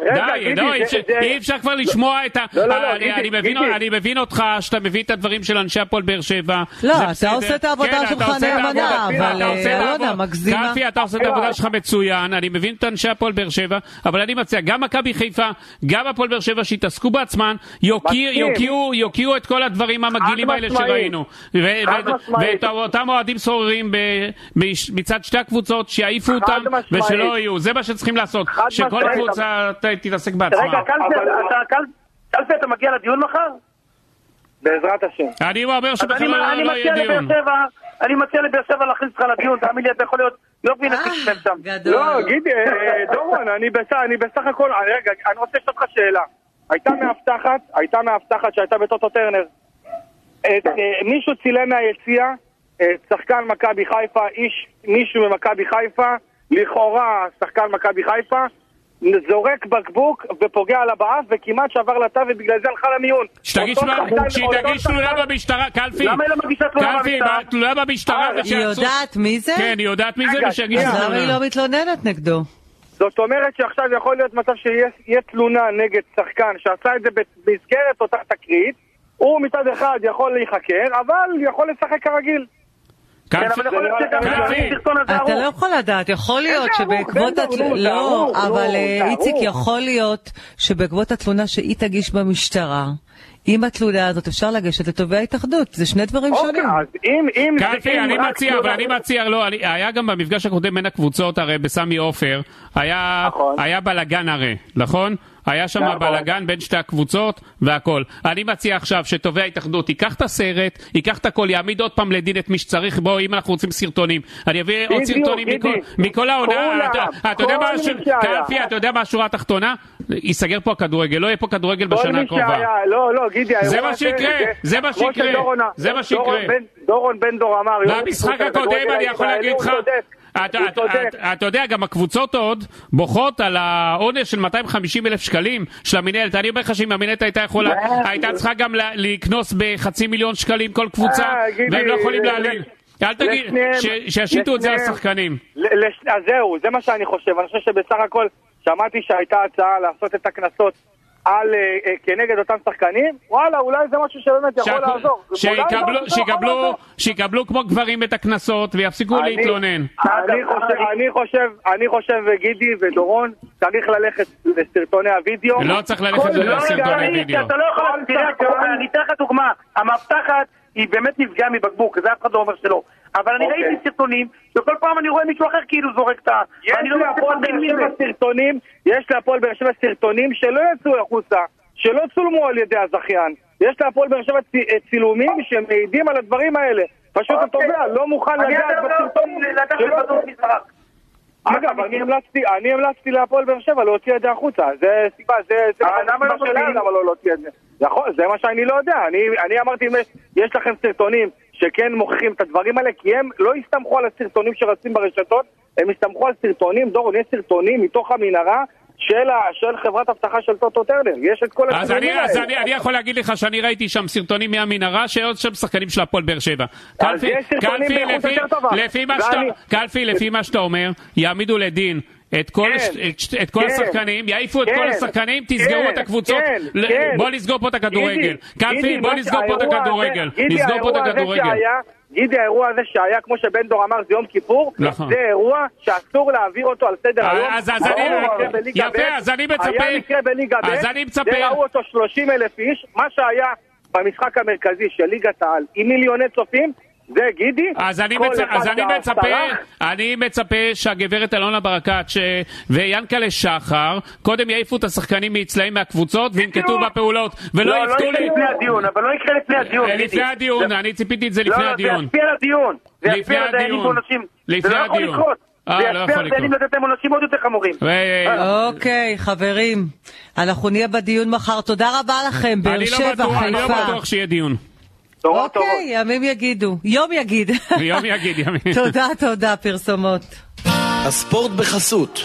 אי אפשר כבר לשמוע את ה... אני מבין אותך שאתה מביא את הדברים של אנשי הפועל באר שבע. לא, אתה עושה את העבודה שלך נאמנה, אבל אלונה מגזימה. קלפי, אתה עושה את העבודה שלך מצוין, אני מבין את אנשי הפועל באר שבע, אבל אני מציע, גם מכבי חיפה, גם הפועל באר שבע שיתעסקו בעצמן, יוקיעו את כל הדברים המגעילים האלה שראינו. ואת אותם אוהדים סוררים מצד שתי הקבוצות, שיעיפו אותם ושלא יהיו. זה מה שצריכים לעשות, שכל קבוצה תתעסק בעצמה. רגע, קלפי, אתה מגיע לדיון מחר? בעזרת השם. אני אומר שבכלל לא יהיה דיון. אני מציע לבאר שבע להכניס אותך לדיון, תאמין לי, אתה יכול להיות לא מבין את שם. לא, גידי, דורון, אני בסך הכל, רגע, אני רוצה לשאול אותך שאלה. הייתה מאבטחת שהייתה בטוטו טרנר. מישהו צילם מהיציע, שחקן מכבי חיפה, מישהו ממכבי חיפה, לכאורה שחקן מכבי חיפה, זורק בקבוק ופוגע על הבאף וכמעט שעבר לתא ובגלל זה הלכה למיון. שתגיש תלונה במשטרה, קלפי. למה היא לא מגישה תלונה במשטרה? תלונה במשטרה. היא יודעת מי זה? כן, היא יודעת מי זה ושיגיש תלונה. אז למה היא לא מתלוננת נגדו? זאת אומרת שעכשיו יכול להיות מצב שיהיה תלונה נגד שחקן שעשה את זה במסגרת אותה תקרית, הוא מצד אחד יכול להיחקר, אבל יכול לשחק כרגיל. אתה לא יכול לדעת, יכול להיות שבעקבות לא, אבל איציק, יכול להיות שבעקבות התלונה שהיא תגיש במשטרה, עם התלונה הזאת אפשר לגשת לתובעי ההתאחדות, זה שני דברים שונים. אז אם... קלפי, אני מציע, לא, היה גם במפגש הקודם בין הקבוצות, הרי בסמי עופר, היה בלגן הרי, נכון? היה שם בלגן בין שתי הקבוצות והכל. אני מציע עכשיו שתובע ההתאחדות ייקח את הסרט, ייקח את הכל, יעמיד עוד פעם לדין את מי שצריך. בואו, אם אנחנו רוצים סרטונים, אני אביא עוד סרטונים מכל העונה. אתה יודע מה השורה התחתונה? ייסגר פה הכדורגל, לא יהיה פה כדורגל בשנה הקרובה. לא, גידי, זה מה שיקרה. דורון בן דור אמר... במשחק הקודם אני יכול להגיד לך... אתה יודע, גם הקבוצות עוד בוכות על העונש של 250,000 שקלים של המנהלת. אני אומר לך שאם המנהלת הייתה צריכה גם לקנוס ב500,000 שקלים כל קבוצה, והם לא יכולים להעליל. אל תגיד, שישיתו את זה על שחקנים. אז זהו, זה מה שאני חושב. אני חושב שבסך הכל שמעתי שהייתה הצעה לעשות את הכנסות כנגד אותם שחקנים, וואלה, אולי זה משהו שבאמת יכול לעזור. שיקבלו כמו גברים את הכנסות ויפסיקו להתלונן. אני חושב, גידי ודורון, צריך ללכת לסרטוני הוידאו. לא צריך ללכת לסרטוני וידאו. אתה לא יכול, תראה, אני אתן לך דוגמה, המבטחת היא באמת נפגעה מבקבוק, זה אף אחד לא אומר שלא. אבל אני ראיתי סרטונים, וכל פעם אני רואה מישהו אחר כאילו זורק את יש להפועל באר שבע סרטונים שלא יצאו החוצה, שלא צולמו על ידי הזכיין. יש להפועל באר שבע צילומים שמעידים על הדברים האלה. פשוט התובע לא מוכן לגעת בסרטונים שלא... אגב, אני המלצתי להפועל באר שבע להוציא את זה החוצה. זה סיבה, למה לא להוציא את זה? זה מה שאני לא יודע. אני אמרתי, יש לכם סרטונים שכן מוכיחים את הדברים האלה, כי הם לא הסתמכו על הסרטונים שרצים ברשתות, הם הסתמכו על סרטונים, דורון, יש סרטונים מתוך המנהרה של חברת הבטחה של טוטו טרנר. יש את כל הסרטונים האלה. אז אני יכול להגיד לך שאני ראיתי שם סרטונים מהמנהרה שעוד שם שחקנים של הפועל באר שבע. קלפי, לפי מה שאתה אומר, יעמידו לדין את כל השחקנים, יעיפו את כל השחקנים, תסגרו את הקבוצות. בוא נסגור פה את הכדורגל. קלפי, בוא נסגור פה את הכדורגל. נסגור פה את הכדורגל. גידי, האירוע הזה שהיה, כמו שבן דור אמר, זה יום כיפור, זה אירוע שאסור להעביר אותו על סדר היום. יפה, אז אני מצפה. היה מקרה בליגה ב', זה ראו אותו 30,000 איש, מה שהיה במשחק המרכזי של ליגת העל, עם מיליוני צופים, זה גידי. אז אני מצפה שהגברת אלונה ברקת וינקלה שחר קודם יעיפו את השחקנים מאצלהם מהקבוצות וינקטו בפעולות ולא יפתו לי אבל לא יקרה לפני הדיון. לפני הדיון, אני ציפיתי את זה לפני הדיון. זה ישפיע על הדיון. לפני הדיון. זה לא יכול לקרות. זה ישפיע על דיינים לתת להם עונשים עוד יותר חמורים. אוקיי, חברים, אנחנו נהיה בדיון מחר. תודה רבה לכם, באר שבע, חיפה. אני לא בטוח שיהיה דיון. אוקיי, ימים יגידו. יום יגיד. תודה, פרסומות. הספורט בחסות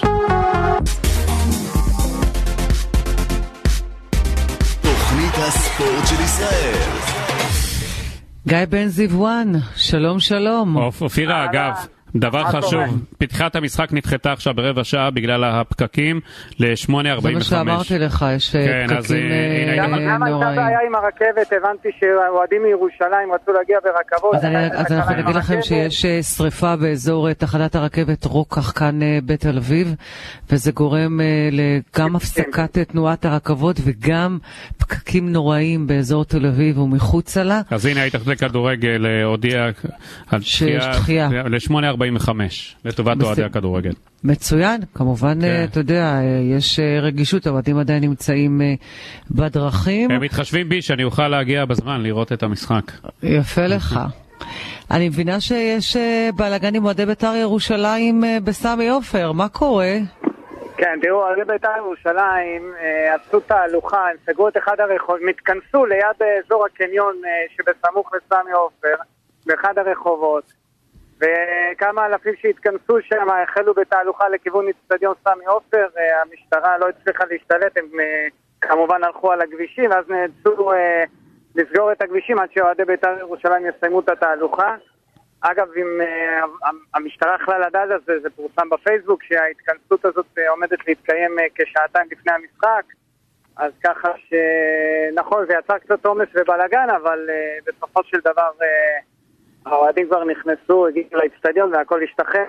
תוכנית הספורט של ישראל. גיא בן זיוואן, שלום. אופירה, אגב, דבר חשוב, פתיחת המשחק נדחתה עכשיו ברבע שעה בגלל הפקקים ל-8:45. זה מה שאמרתי לך, יש פקקים נוראים. למה הייתה בעיה עם הרכבת? הבנתי שאוהדים מירושלים רצו להגיע ברכבות. אז אני יכול להגיד לכם שיש שריפה באזור תחנת הרכבת רוקח כאן בתל אביב, וזה גורם גם הפסקת תנועת הרכבות וגם פקקים נוראים באזור תל אביב ומחוצה לה. אז הנה ההתאחדות לכדורגל הודיעה על דחייה ל-8:45 לטובת אוהדי הכדורגל. מצוין, כמובן, אתה יודע, יש רגישות, האוהדים עדיין נמצאים בדרכים. הם מתחשבים בי שאני אוכל להגיע בזמן לראות את המשחק. יפה לך. אני מבינה שיש בלגן עם אוהדי בית"ר ירושלים בסמי עופר, מה קורה? כן, תראו, אוהדי בית"ר ירושלים עשו תהלוכה, הם סגרו את אחד הרחובות, מתכנסו ליד אזור הקניון שבסמוך לסמי עופר, באחד הרחובות. וכמה אלפים שהתכנסו שם החלו בתהלוכה לכיוון אצטדיון סמי עופר. המשטרה לא הצליחה להשתלט, הם כמובן הלכו על הכבישים, אז נאלצו לסגור את הכבישים עד שאוהדי בית"ר ירושלים יסיימו את התהלוכה. אגב, אם המשטרה יכלה לדעת, אז זה פורסם בפייסבוק שההתכנסות הזאת עומדת להתקיים כשעתיים לפני המשחק, אז ככה שנכון, זה יצר קצת עומס ובלגן, אבל בסופו של דבר האוהדים כבר נכנסו, הגיעו לאצטדיון והכל השתחרר, כפי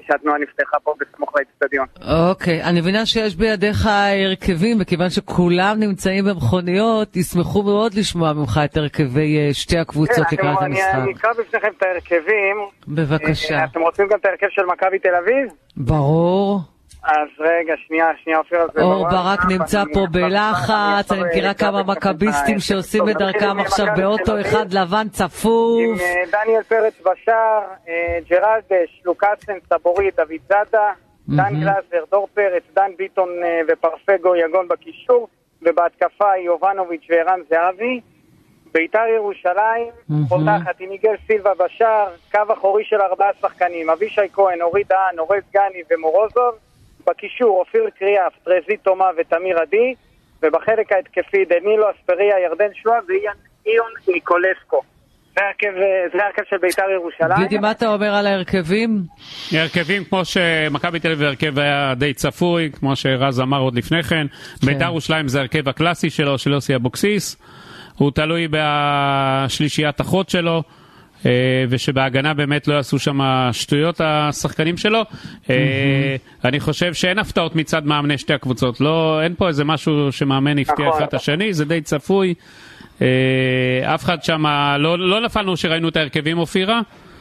שהתנועה נפתחה פה בסמוך לאצטדיון. אוקיי, אני מבינה שיש בידיך הרכבים, וכיוון שכולם נמצאים במכוניות, ישמחו מאוד לשמוע ממך את הרכבי שתי הקבוצות לקראת המשחק. אני אקרא בפניכם את ההרכבים. בבקשה. אתם רוצים גם את ההרכב של מכבי תל אביב? ברור. אז רגע, שנייה, אופיר. אור ברק נמצא פה בלחץ, אני מכירה כמה מכביסטים שעושים את דרכם עכשיו באוטו אחד לבן צפוף. עם דניאל פרץ בשער, ג'רלדש, לוקאסן, סבורי, דוד זאדה, דן גלזר, דור פרץ, דן ביטון ופרפגו יגון בקישור, ובהתקפה יובנוביץ' וערן זהבי. ביתר ירושלים, פותחת עם מיגל סילבה בשער, קו אחורי של 4 שחקנים, אבישי כהן, אורי דהן, אורז גני ומורוזוב. בקישור אופיר קריאף, טרזי תומה ותמיר עדי, ובחלק ההתקפי דנילו אספריה, ירדן שועה ואיון ניקולסקו. זה הרכב של ביתר ירושלים. גידי, מה אתה אומר על ההרכבים? הרכבים כמו שמכבי תל אביב הרכב היה די צפוי, כמו שרז אמר עוד לפני כן. ביתר ירושלים זה הרכב הקלאסי שלו, של יוסי אבוקסיס. הוא תלוי בשלישיית אחות שלו. ושבהגנה באמת לא יעשו שם שטויות השחקנים שלו. אני חושב שאין הפתעות מצד מאמני שתי הקבוצות, אין פה איזה משהו שמאמן הפתיע אחד השני, זה די צפוי. אף אחד שם לא נפלנו שראינו את ההרכבים אופירה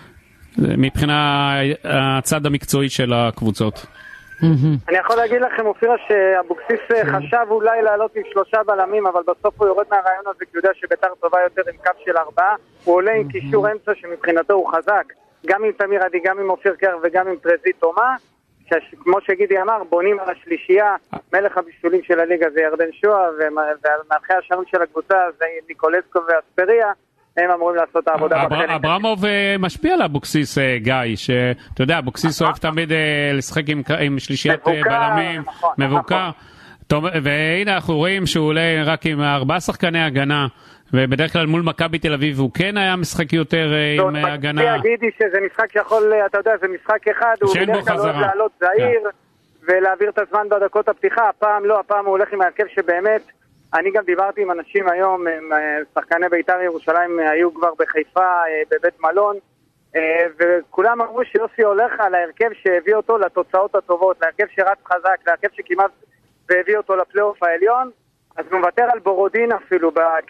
מבחינה הצד המקצועי של הקבוצות. אני יכול להגיד לכם אופירה שאבוקסיס חשב אולי לעלות עם 3 בלמים, אבל בסוף הוא יורד מהרעיון הזה כי הוא יודע שביתר טובה יותר עם קו של 4. הוא עולה עם קישור אמצע שמבחינתו הוא חזק, גם עם תמיר עדי, גם עם אופיר קר וגם עם טרזי תומה, כמו שגידי אמר, בונים על השלישייה. מלך הבישולים של הליגה זה ירדן שועה, ומלכי השערים של הקבוצה זה ניקולסקו ואספריה. הם אמורים לעשות את העבודה בחלק. אברמוב משפיע על אבוקסיס, גיא, שאתה יודע, אבוקסיס אוהב תמיד לשחק עם שלישיית בלמים, מבוקר, והנה אנחנו רואים שהוא עולה רק עם 4 שחקני הגנה, ובדרך כלל מול מכבי תל אביב הוא כן היה משחק יותר עם הגנה. אני אגידי שזה משחק שיכול, אתה יודע, זה משחק אחד, הוא בדרך כלל אוהב לעלות זהיר, ולהעביר את הזמן בדקות הפתיחה. הפעם לא, הפעם הוא הולך עם ההרכב שבאמת, אני גם דיברתי עם אנשים היום, שחקני ביתר ירושלים היו כבר בחיפה בבית מלון, וכולם אמרו שיוסי הולך על ההרכב שהביא אותו לתוצאות הטובות, להרכב שרץ חזק, להרכב שכמעט והביא אותו לפלייאוף העליון. אז הוא מוותר על בורודין אפילו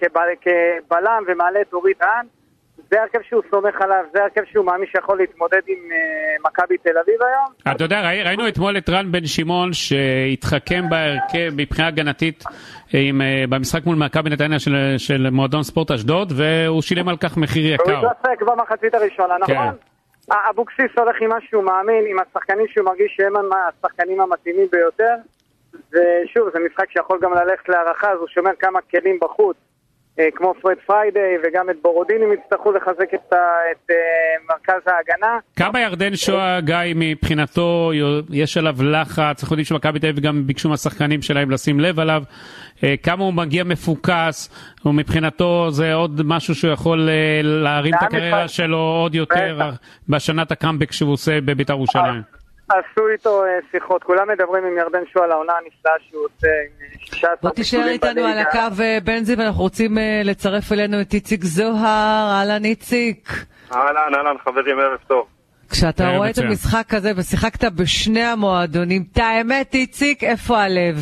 כבלם ומעלה את אורי דהן. זה הרכב שהוא סומך עליו, זה הרכב שהוא מאמין שיכול להתמודד עם מכבי תל אביב היום. אתה יודע, ראינו אתמול את רן בן שמעון שהתחכם בהרכב מבחינה הגנתית במשחק מול מכבי נתניה של מועדון ספורט אשדוד, והוא שילם על כך מחיר יקר. הוא התעסק במחצית הראשונה, נכון? אבוקסיס הולך עם מה שהוא מאמין, עם השחקנים שהוא מרגיש שהם השחקנים המתאימים ביותר, ושוב, זה משחק שיכול גם ללכת להערכה, אז הוא שומר כמה כלים בחוץ, כמו פרד פריידי, וגם את בורודין אם יצטרכו לחזק את מרכז ההגנה. כמה ירדן שועה, גיא, מבחינתו יש עליו לחץ, אנחנו יודעים שמכבי תל אביב גם ביקשו מהשחקנים שלהם לשים לב עליו, כמה הוא מגיע מפוקס, ומבחינתו זה עוד משהו שהוא יכול להרים את הקריירה שלו עוד יותר בשנת הקאמבק שהוא עושה בבית"ר ירושלים. עשו איתו שיחות, כולם מדברים עם ירדן שועה על העונה הנפלאה שהוא עושה עם 16 בוא תישאר איתנו על הקו בנזי, ואנחנו רוצים לצרף אלינו את איציק זוהר. אהלן איציק. אהלן חברים, ערב טוב. כשאתה רואה את המשחק הזה ושיחקת בשני המועדונים, את האמת איציק, איפה הלב?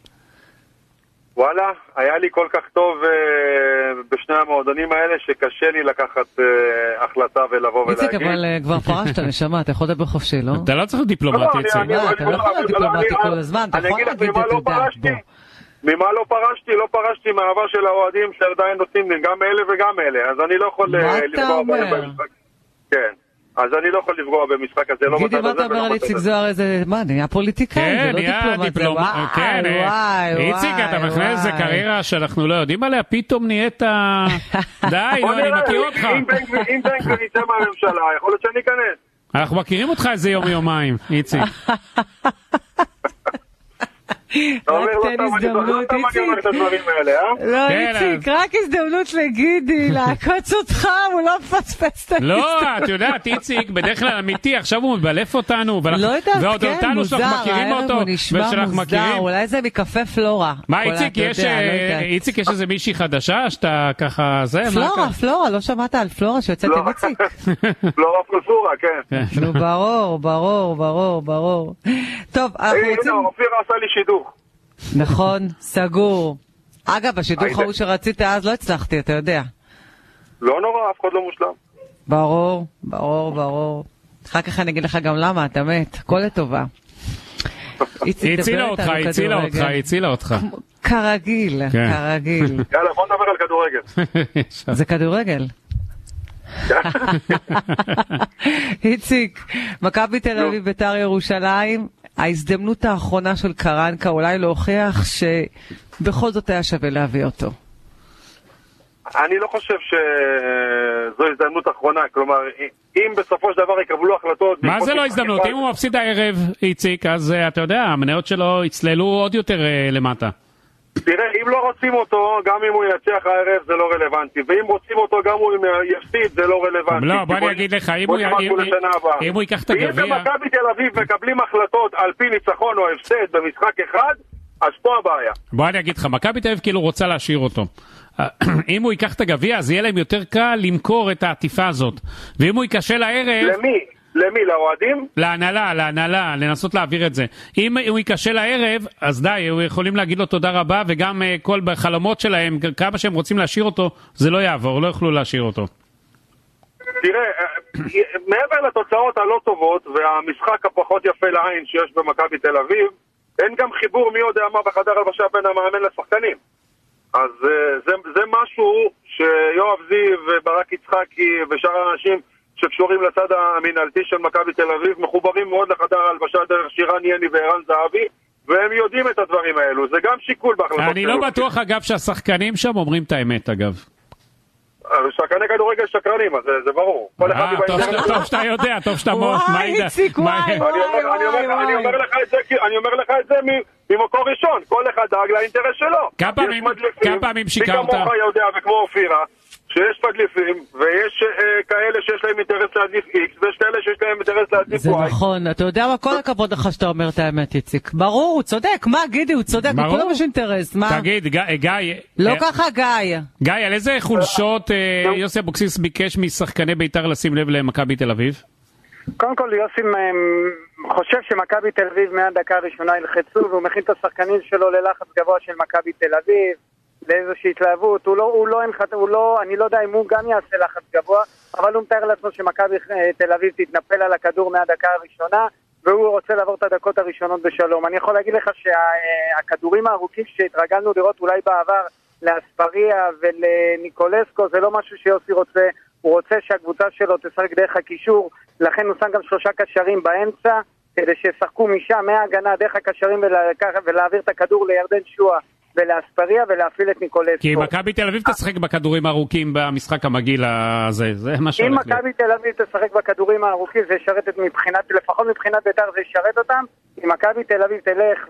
וואלה, היה לי כל כך טוב בשני המועדונים האלה שקשה לי לקחת החלטה ולבוא ולהגיד. איציק, אבל כבר פרשת, נשמה, אתה יכול לדבר חופשי, לא? אתה לא צריך דיפלומטי, איציק. אתה לא יכול להיות דיפלומטי כל הזמן, אתה יכול להגיד את זה די. ממה לא פרשתי? לא פרשתי מהאהבה של האוהדים שעדיין נותנים לי, גם אלה וגם אלה, אז אני לא יכול לפגוע במשחק. כן. אז אני לא יכול לפגוע במשחק הזה, לא גידי, מה אתה אומר על איציק זוהר? מה, נהיה פוליטיקאי, זה לא דיפלומט. כן, איציק, אתה מכנה איזה קריירה שאנחנו לא יודעים עליה, פתאום נהיית... די, אני מכיר אותך. אם בן גביר יצא מהממשלה, יכול להיות שאני אכנס. אנחנו מכירים אותך איזה יום-יומיים, איציק. רק תן הזדמנות, איציק. לא, איציק, רק הזדמנות לגידי, לעקוץ אותך, הוא לא מפספס את הגיסטה. לא, את יודעת, איציק, בדרך כלל אמיתי, עכשיו הוא מבלף אותנו. לא יודעת, ועוד כן, מוזר, הערב הוא נשמע מוזר, אולי זה מקפה פלורה. מה, איציק, יש איזה מישהי חדשה שאתה ככה, זה? פלורה, לא שמעת על פלורה שיוצאת עם איציק? פלורה פלורה, כן. נו, ברור. טוב, אנחנו רוצים... אופיר עשה לי שידוך. נכון, סגור. אגב, השידוך ההוא שרצית אז לא הצלחתי, אתה יודע. לא נורא, אף אחד לא מושלם. ברור. אחר כך אני אגיד לך גם למה, אתה מת, הכל לטובה. הצילה אותך. כרגיל. יאללה, בוא נדבר על כדורגל. זה כדורגל. איציק, מכבי תל אביב בית"ר ירושלים, ההזדמנות האחרונה של קרנקה אולי להוכיח שבכל זאת היה שווה להביא אותו. אני לא חושב שזו הזדמנות אחרונה, כלומר, אם בסופו של דבר יקבלו החלטות... מה זה לא הזדמנות? אם הוא מפסיד הערב, איציק, אז אתה יודע, המניות שלו יצללו עוד יותר למטה. תראה, אם לא רוצים אותו, גם אם הוא ינצח הערב זה לא רלוונטי, ואם רוצים אותו גם אם הוא יפסיד זה לא רלוונטי. לא, בוא אני אגיד לך, אם הוא ייקח את הגביע... ואם במכבי תל אביב מקבלים החלטות על פי ניצחון או הפסד במשחק אחד, אז פה הבעיה. בוא אני אגיד לך, מכבי תל אביב כאילו רוצה להשאיר אותו. אם הוא ייקח את הגביע, אז יהיה להם יותר קל למכור את העטיפה הזאת. ואם הוא ייכשל הערב... למי? לאוהדים? להנהלה, לנסות להעביר את זה. אם הוא ייכשל הערב, אז די, הוא יכולים להגיד לו תודה רבה, וגם כל בחלומות שלהם, כמה שהם רוצים להשאיר אותו, זה לא יעבור, לא יוכלו להשאיר אותו. תראה, מעבר לתוצאות הלא טובות, והמשחק הפחות יפה לעין שיש במכבי תל אביב, אין גם חיבור מי יודע מה בחדר הלבשה בין המאמן לשחקנים. אז זה משהו שיואב זיו וברק יצחקי ושאר האנשים שקשורים לצד המנהלתי של מכבי תל אביב מחוברים מאוד לחדר ההלבשה דרך שירן יני וערן זהבי, והם יודעים את הדברים האלו. זה גם שיקול בהחלטות. אני לא בטוח אגב שהשחקנים שם אומרים את האמת אגב. שחקני כדורגל שקרנים, אז זה ברור. טוב שאתה יודע, טוב שאתה מות. וואי, איציק, וואי. אני אומר לך את זה ממקור ראשון. כל אחד דאג לאינטרס שלו. כמה פעמים שיקרת? מי כמוך יודע וכמו אופירה, שיש מדליפים, ויש כאלה שיש להם אינטרס להדליף X, ויש כאלה שיש להם אינטרס להדליף Y. זה נכון, אתה יודע מה, כל הכבוד לך שאתה אומר את האמת, איציק. ברור, הוא צודק, מה גידי, הוא צודק, לכולם יש אינטרס, מה? תגיד, גיא... לא ככה גיא. גיא, על איזה חולשות יוסי אבוקסיס ביקש משחקני בית"ר לשים לב למכבי תל אביב? קודם כל יוסי חושב שמכבי תל אביב מהדקה הראשונה ילחצו, והוא מכין את השחקנים שלו ללחץ גבוה של מכבי תל אביב. לאיזושהי התלהבות, אני לא יודע אם הוא גם יעשה לחץ גבוה, אבל הוא מתאר לעצמו שמכבי תל אביב תתנפל על הכדור מהדקה הראשונה, והוא רוצה לעבור את הדקות הראשונות בשלום. אני יכול להגיד לך שהכדורים הארוכים שהתרגלנו לראות אולי בעבר לאספריה ולניקולסקו, זה לא משהו שיוסי רוצה, הוא רוצה שהקבוצה שלו תשחק דרך הקישור, לכן הוא שם גם 3 קשרים באמצע, כדי שישחקו משם מההגנה דרך הקשרים ולהעביר את הכדור לירדן שועה. ולאספריה ולהפעיל את ניקולסקו. כי מכבי תל אביב תשחק בכדורים הארוכים במשחק המגעיל הזה, זה מה שהולך להיות. אם מכבי תל אביב תשחק בכדורים הארוכים, זה ישרת את לפחות מבחינת בית"ר זה ישרת אותם. אם מכבי תל אביב תלך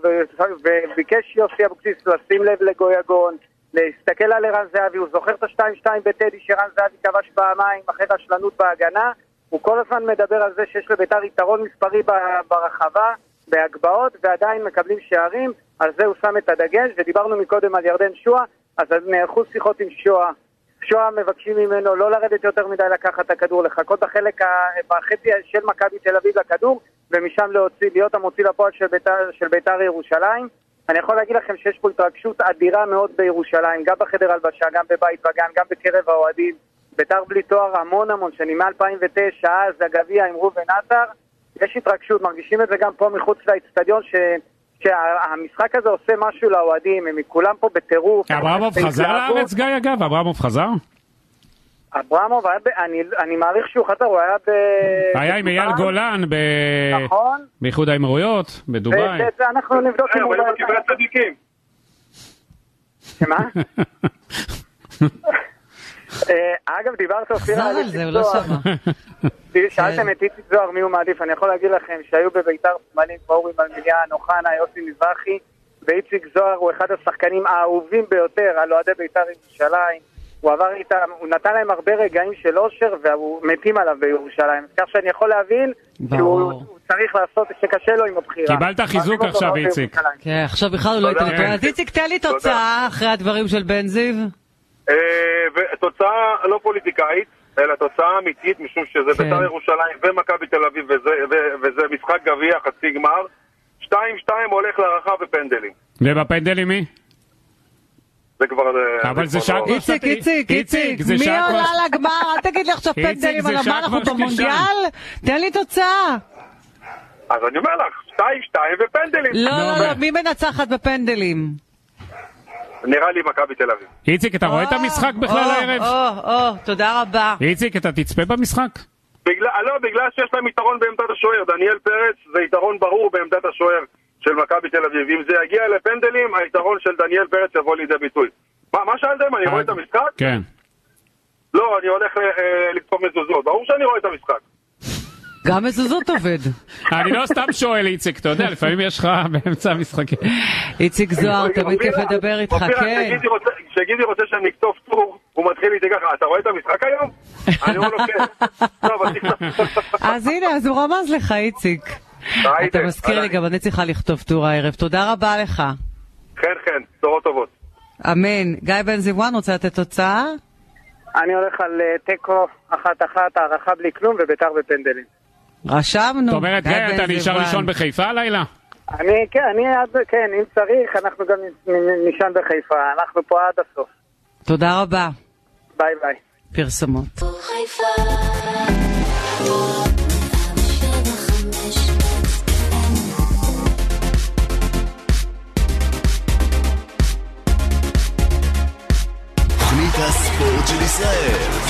וביקש יוסי אבוקסיס לשים לב לגויגון, להסתכל על ערן זהבי, הוא זוכר את ה-2-2 בטדי שערן זהבי כבש פעמיים אחרי רשלנות בהגנה, הוא כל הזמן מדבר על זה שיש לבית"ר יתרון מספרי ברחבה, בהגבעות, ועדיין מקבלים שערים. על זה הוא שם את הדגש, ודיברנו מקודם על ירדן שועה, אז נערכו שיחות עם שועה. שועה מבקשים ממנו לא לרדת יותר מדי לקחת את הכדור, לחכות בחצי של מכבי תל אביב לכדור, ומשם להיות המוציא לפועל של בית"ר ירושלים. אני יכול להגיד לכם שיש פה התרגשות אדירה מאוד בירושלים, גם בחדר הלבשה, גם בבית וגן, גם בקרב האוהדים. בית"ר בלי תואר המון, שאני מ-2009, אז הגביע עם רובן עטר, יש התרגשות, מרגישים את זה גם פה מחוץ לאצטדיון שהמשחק הזה עושה משהו לאוהדים, הם כולם פה בטירוף. אברמוב חזר לארץ, גיא, אגב? אברמוב חזר? אברמוב, אני מעריך שהוא חזר, הוא היה היה עם אייל גולן באיחוד האמירויות, בדובאי. אנחנו נבדוק אם הוא... קברי צדיקים. שמה? אגב, דיברת אופירה על זה, הוא לא שמע. שאלתם את איציק זוהר מי הוא מעדיף, אני יכול להגיד לכם שהיו בבית"ר סמלים פאורים על מיליאן, אוחנה, יוסי מזרחי, ואיציק זוהר הוא אחד השחקנים האהובים ביותר על אוהדי בית"ר ירושלים. הוא עבר איתם, הוא נתן להם הרבה רגעים של אושר, והוא מתים עליו בירושלים. כך שאני יכול להבין שהוא צריך לעשות, שקשה לו עם הבחירה. קיבלת חיזוק עכשיו, איציק. כן, עכשיו בכלל הוא לא ייתן. אז איציק, תן לי תוצאה אחרי הדברים של בן זיו. תוצאה לא פוליטיקאית, אלא תוצאה אמיתית, משום שזה בית"ר ירושלים ומכבי תל אביב, וזה משחק גביע, חצי גמר. 2-2 הולך להערכה בפנדלים. ובפנדלים מי? זה כבר... אבל זה שעה... איציק, מי עולה לגמר? אל תגיד לי עכשיו פנדלים על מה אנחנו במונדיאל? תן לי תוצאה. אז אני אומר לך, 2-2 ופנדלים. לא, מי מנצחת בפנדלים? נראה לי מכבי תל אביב. איציק, אתה רואה את המשחק בכלל הערב? תודה רבה. איציק, אתה תצפה במשחק? לא, בגלל שיש להם יתרון בעמדת השוער. דניאל פרץ זה יתרון ברור בעמדת השוער של מכבי תל אביב. אם זה יגיע לפנדלים, היתרון של דניאל פרץ יבוא לידי ביטוי. מה שאלתם? אני רואה את המשחק? כן. לא, אני הולך לקפור מזוזות. ברור שאני רואה את המשחק. גם מזוזות עובד. אני לא סתם שואל, איציק, אתה יודע, לפעמים יש לך באמצע המשחקים. איציק זוהר, תמיד כיף לדבר איתך, כן. כשגידי רוצה שאני אכתוב טור, הוא מתחיל איתי ככה, אתה רואה את המשחק היום? אני אומר לו כן. אז הנה, אז הוא רמז לך, איציק. אתה מזכיר לי, גם אני צריכה לכתוב טור הערב. תודה רבה לך. כן, תורות טובות. אמן. גיא בן זיוואן, רוצה לתת תוצאה? אני הולך על תיקו 1-1, הערכה בלי כלום ובית"ר בפנדלים. רשמנו. זאת אומרת, גיא, אתה נשאר לישון בחיפה הלילה? כן, אם צריך, אנחנו גם נשען בחיפה. אנחנו פה עד הסוף. תודה רבה. ביי ביי. פרסמות. תוכנית הספורט של ישראל.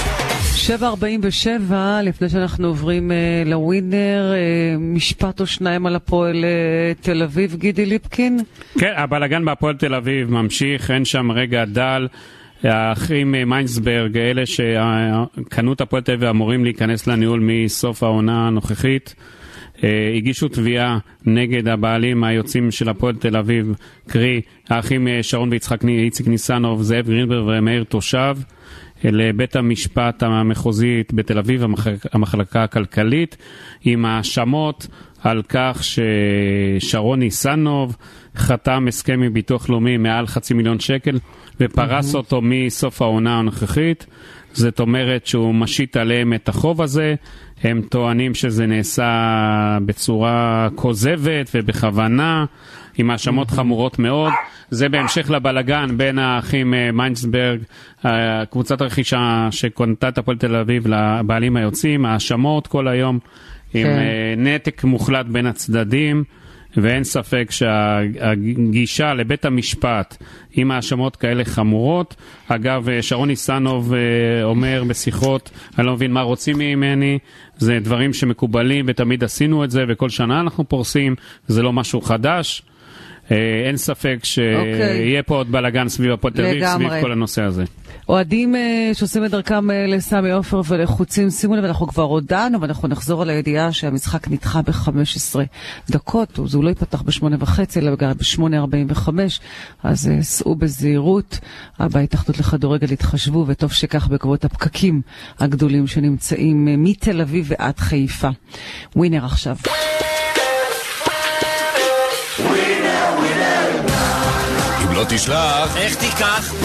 7:47, לפני שאנחנו עוברים לווינר, משפט או שניים על הפועל תל אביב, גידי ליפקין? כן, הבלגן בהפועל תל אביב ממשיך, אין שם רגע דל. האחים מיינסברג, אלה שקנו את הפועל תל אביב אמורים להיכנס לניהול מסוף העונה הנוכחית, הגישו תביעה נגד הבעלים היוצאים של הפועל תל אביב, קרי האחים שרון ואיציק ניסנוב, זאב גרינברג ומאיר תושב, לבית המשפט המחוזית בתל אביב, המחלקה הכלכלית, עם האשמות על כך ששרון ניסנוב חתם הסכם מביטוח לאומי מעל 500,000 שקל ופרס אותו מסוף העונה הנוכחית. זאת אומרת שהוא משית עליהם את החוב הזה. הם טוענים שזה נעשה בצורה כוזבת ובכוונה, עם האשמות חמורות מאוד. זה בהמשך לבלגן בין האחים מיינסברג, קבוצת הרכישה שקונתה את הפועל תל אביב, לבעלים היוצאים, האשמות כל היום, עם נתק מוחלט בין הצדדים, ואין ספק שהגישה לבית המשפט עם האשמות כאלה חמורות. אגב, שרון ניסנוב אומר בשיחות, אני לא מבין מה רוצים ממני, זה דברים שמקובלים ותמיד עשינו את זה וכל שנה אנחנו פורסים, זה לא משהו חדש. אין ספק שיהיה פה עוד בלגן סביב הפועל תל אביב, סביב כל הנושא הזה. אוהדים שעושים את דרכם לסמי עופר ולחוצים, שימו לב, אנחנו כבר הודענו, ואנחנו נחזור על הידיעה שהמשחק נדחה ב-15 דקות, אז הוא לא ייפתח ב-8:30, אלא ב-8:45, אז סעו בזהירות, בהתאחדות לכדורגל התחשבו, וטוב שכך בעקבות הפקקים הגדולים שנמצאים מתל אביב ועד חיפה. ווינר עכשיו. אם לא תשלח, איך תיקח?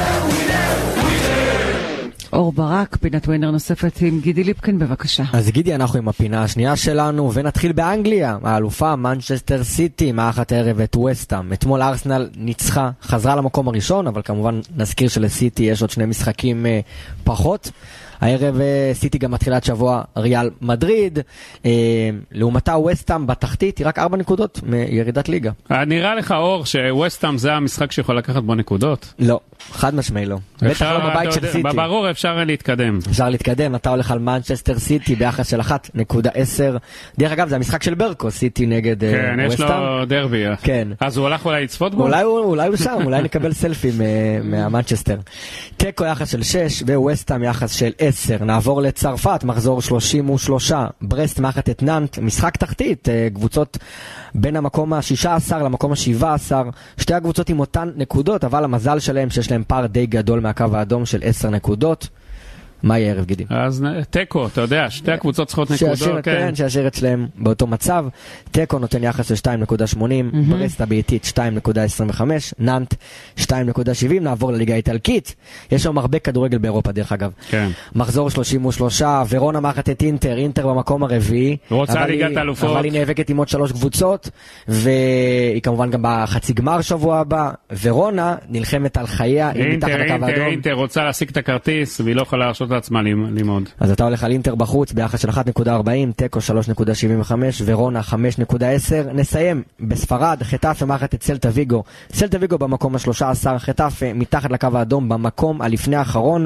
אור ברק, פינת ווינר נוספת עם גידי ליפקין, בבקשה. אז גידי, אנחנו עם הפינה השנייה שלנו, ונתחיל באנגליה. האלופה מנצ'סטר סיטי מארחת הערב את וסטהאם. אתמול ארסנל ניצחה, חזרה למקום הראשון, אבל כמובן נזכיר שלסיטי יש עוד 2 משחקים פחות. הערב סיטי גם מתחילת שבוע ריאל מדריד, לעומתה וסטהאם בתחתית, היא רק 4 נקודות מירידת ליגה. נראה לך אור שווסטהאם זה המשחק שיכול לקחת בו נקודות? לא, חד משמעי לא. בטח לא בבית של סיטי. ברור, אפשר להתקדם. אפשר להתקדם, אתה הולך על מנצ'סטר סיטי ביחס של 1.10. דרך אגב, זה המשחק של ברקו, סיטי נגד כן, יש לו דרבי. כן. אז הוא הולך אולי לצפות בו? אולי הוא שם, אולי נקבל סלפי מהמנצ'סטר. טקו יחס של 6 וווסטהאם יחס של 10. 10. נעבור לצרפת, מחזור 33. ברסט מארחת את נאנט, משחק תחתית, קבוצות בין המקום ה-16 למקום ה-17. שתי הקבוצות עם אותן נקודות, אבל המזל שלהם שיש להם פער די גדול מהקו האדום של 10 נקודות. מה יהיה ערב גידי? אז טקו, אתה יודע, שתי הקבוצות צריכות נקודות. כן, שישאיר אצלם באותו מצב. טקו נותן יחס של 2.80, ברסט הביתית 2.25, נאנט 2.70. נעבור לליגה האיטלקית. יש שם הרבה כדורגל באירופה דרך אגב. כן. מחזור 33, ורונה מארחת את אינטר, אינטר במקום הרביעי. רוצה ליגת האלופות. אבל היא נאבקת עם עוד 3 קבוצות, והיא כמובן גם בחצי גמר שבוע הבא. ורונה נלחמת על חייה, היא מתחת לקו האדום. אינטר רוצה להשיג את הכרטיס, והיא לא יכולה להרשות לעצמה לימוד. אז אתה הולך על אינטר בחוץ ביחס של 1.40, טקו 3.75, ורונה 5.10. נסיים בספרד, חטאפה מארחת את סלטה ויגו. סלטה ויגו במקום ה-13, חטאפה מתחת לקו האדום במקום הלפני האחרון.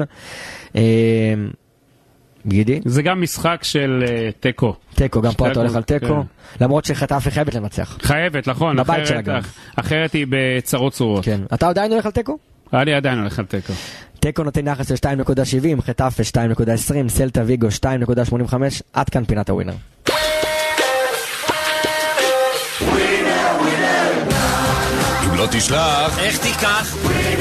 גידי? זה גם משחק של טקו. טקו, גם פה אתה הולך על טקו. למרות שחטאפה חייבת לנצח. חייבת, נכון. אחרת היא בצרות צורות. כן. אתה עדיין הולך על טקו? אני עדיין הולך על טקו. טקו נותן יחס של 2.70, חטאפה 2.20, סלטה ויגו 2.85. עד כאן פינת הווינר. אם לא תשלח, איך תיקח?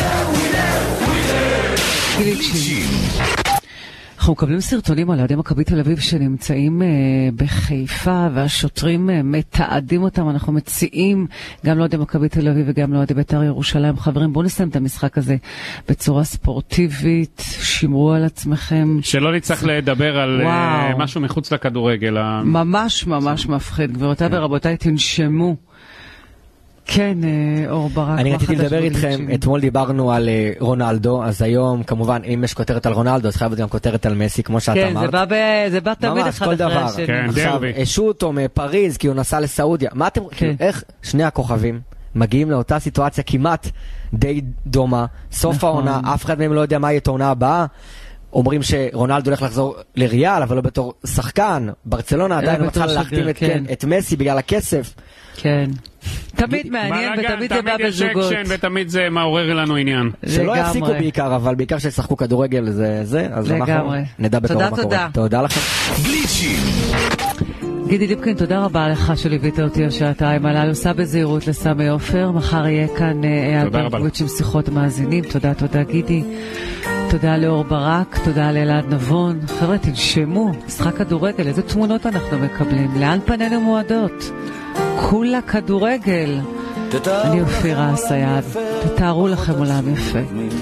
אנחנו מקבלים סרטונים על אוהדי מכבי תל אביב שנמצאים בחיפה, והשוטרים מתעדים אותם. אנחנו מציעים גם לאוהדי מכבי תל אביב וגם לאוהדי בית"ר ירושלים. חברים, בואו נסיים את המשחק הזה בצורה ספורטיבית, שמרו על עצמכם. שלא נצטרך לדבר על משהו מחוץ לכדורגל. ממש ממש מפחיד. גבירותיי ורבותיי, תנשמו. כן, אור ברק. אני רציתי לדבר איתכם, אתמול דיברנו על רונלדו, אז היום כמובן אם יש כותרת על רונלדו אז חייבת גם כותרת על מסי, כמו שאת אמרת. כן, זה בא תמיד אחד אחרי השני. עכשיו, השו אותו מפריז כי הוא נסע לסעודיה. מה אתם, איך שני הכוכבים מגיעים לאותה סיטואציה כמעט די דומה, סוף העונה, אף אחד מהם לא יודע מה יהיה את העונה הבאה. אומרים שרונלדו הולך לחזור לריאל, אבל לא בתור שחקן. ברצלונה עדיין לא מצליחה להחתים את מסי בגלל הכסף. כן. תמיד מעניין ותמיד זה בא בזוגות. ותמיד זה מעורר לנו עניין. שלא יפסיקו בעיקר, אבל בעיקר שישחקו כדורגל זה, אז אנחנו נדע בקרוב מה קורה. תודה לכם. גליצ'ים. גידי ליפקין, תודה רבה לך שליווית אותי השעתיים הללו. סע בזהירות לסמי עופר. מחר יהיה כאן אייל ברקוביץ' עם שיחות מאזינים. תודה גידי. תודה לאור ברק, תודה לאלעד נבון. חבר'ה, תנשמו, משחק כדורגל, איזה תמונות אנחנו מקבלים, לאן פנינו מועדות? כולה כדורגל. אני אופירה הסייד, תתארו לכם עולם יפה.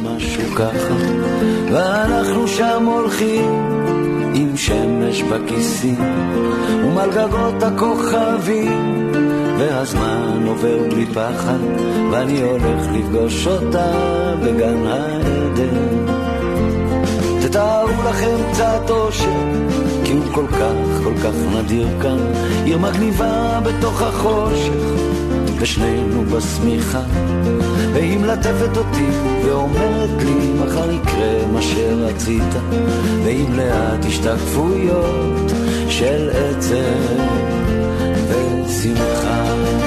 ואנחנו שם הולכים עם שמש בכיסים ומעל גגות הכוכבים, והזמן עובר בלי פחד ואני הולך לפגוש אותה בגן העדן. תתארו לכם קצת אושר, כי הוא כל כך נדיר כאן, עיר מגניבה בתוך החושך, ושנינו בסמיכה, והיא מלטפת אותי ואומרת לי מחר יקרה מה שרצית, ואם לאט השתקפויות של עצב ושמחה.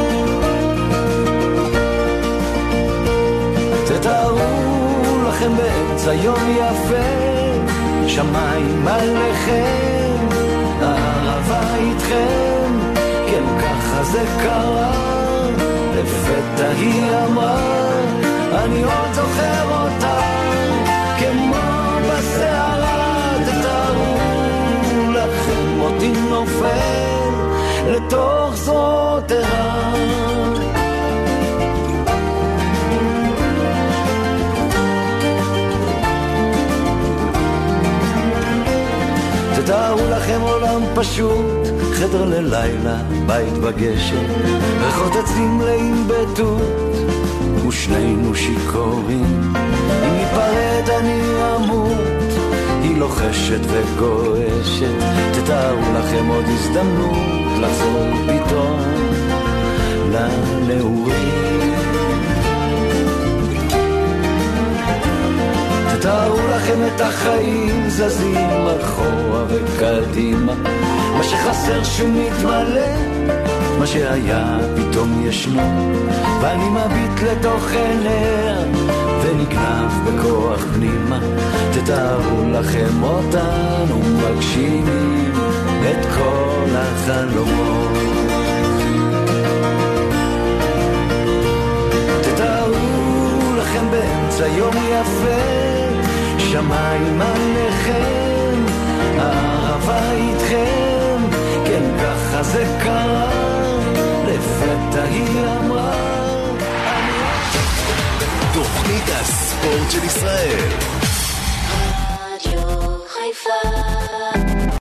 תתארו לכם באמצע יום יפה, שמיים עליכם, הערבה איתכם, כן ככה זה קרה, לפתע היא אמרה, אני עוד זוכר אותה, כמו בסערה, תתארו לכם אותי נופל, לתוך זאת ערה. תתארו לכם עולם פשוט, חדר ללילה, בית בגשם, ריחות עצים מלאים בתות, ושנינו שיכורים, אם ניפרד אני אמות, היא לוחשת וגועשת, תתארו לכם עוד הזדמנות, לחזור פתאום לנעורים. תתארו לכם את החיים זזים אחורה וקדימה, מה שחסר שהוא מתמלא, מה שהיה פתאום ישנו, ואני מביט לתוך עיניה ונגנב בכוח פנימה. תתארו לכם אותנו מגשימים את כל החלומות. תתארו לכם באמצע יום יפה, שמיים עליכם, אהבה איתכם, כן ככה זה קרה, לפתע היא אמרה. תוכנית הספורט של ישראל. רדיו חיפה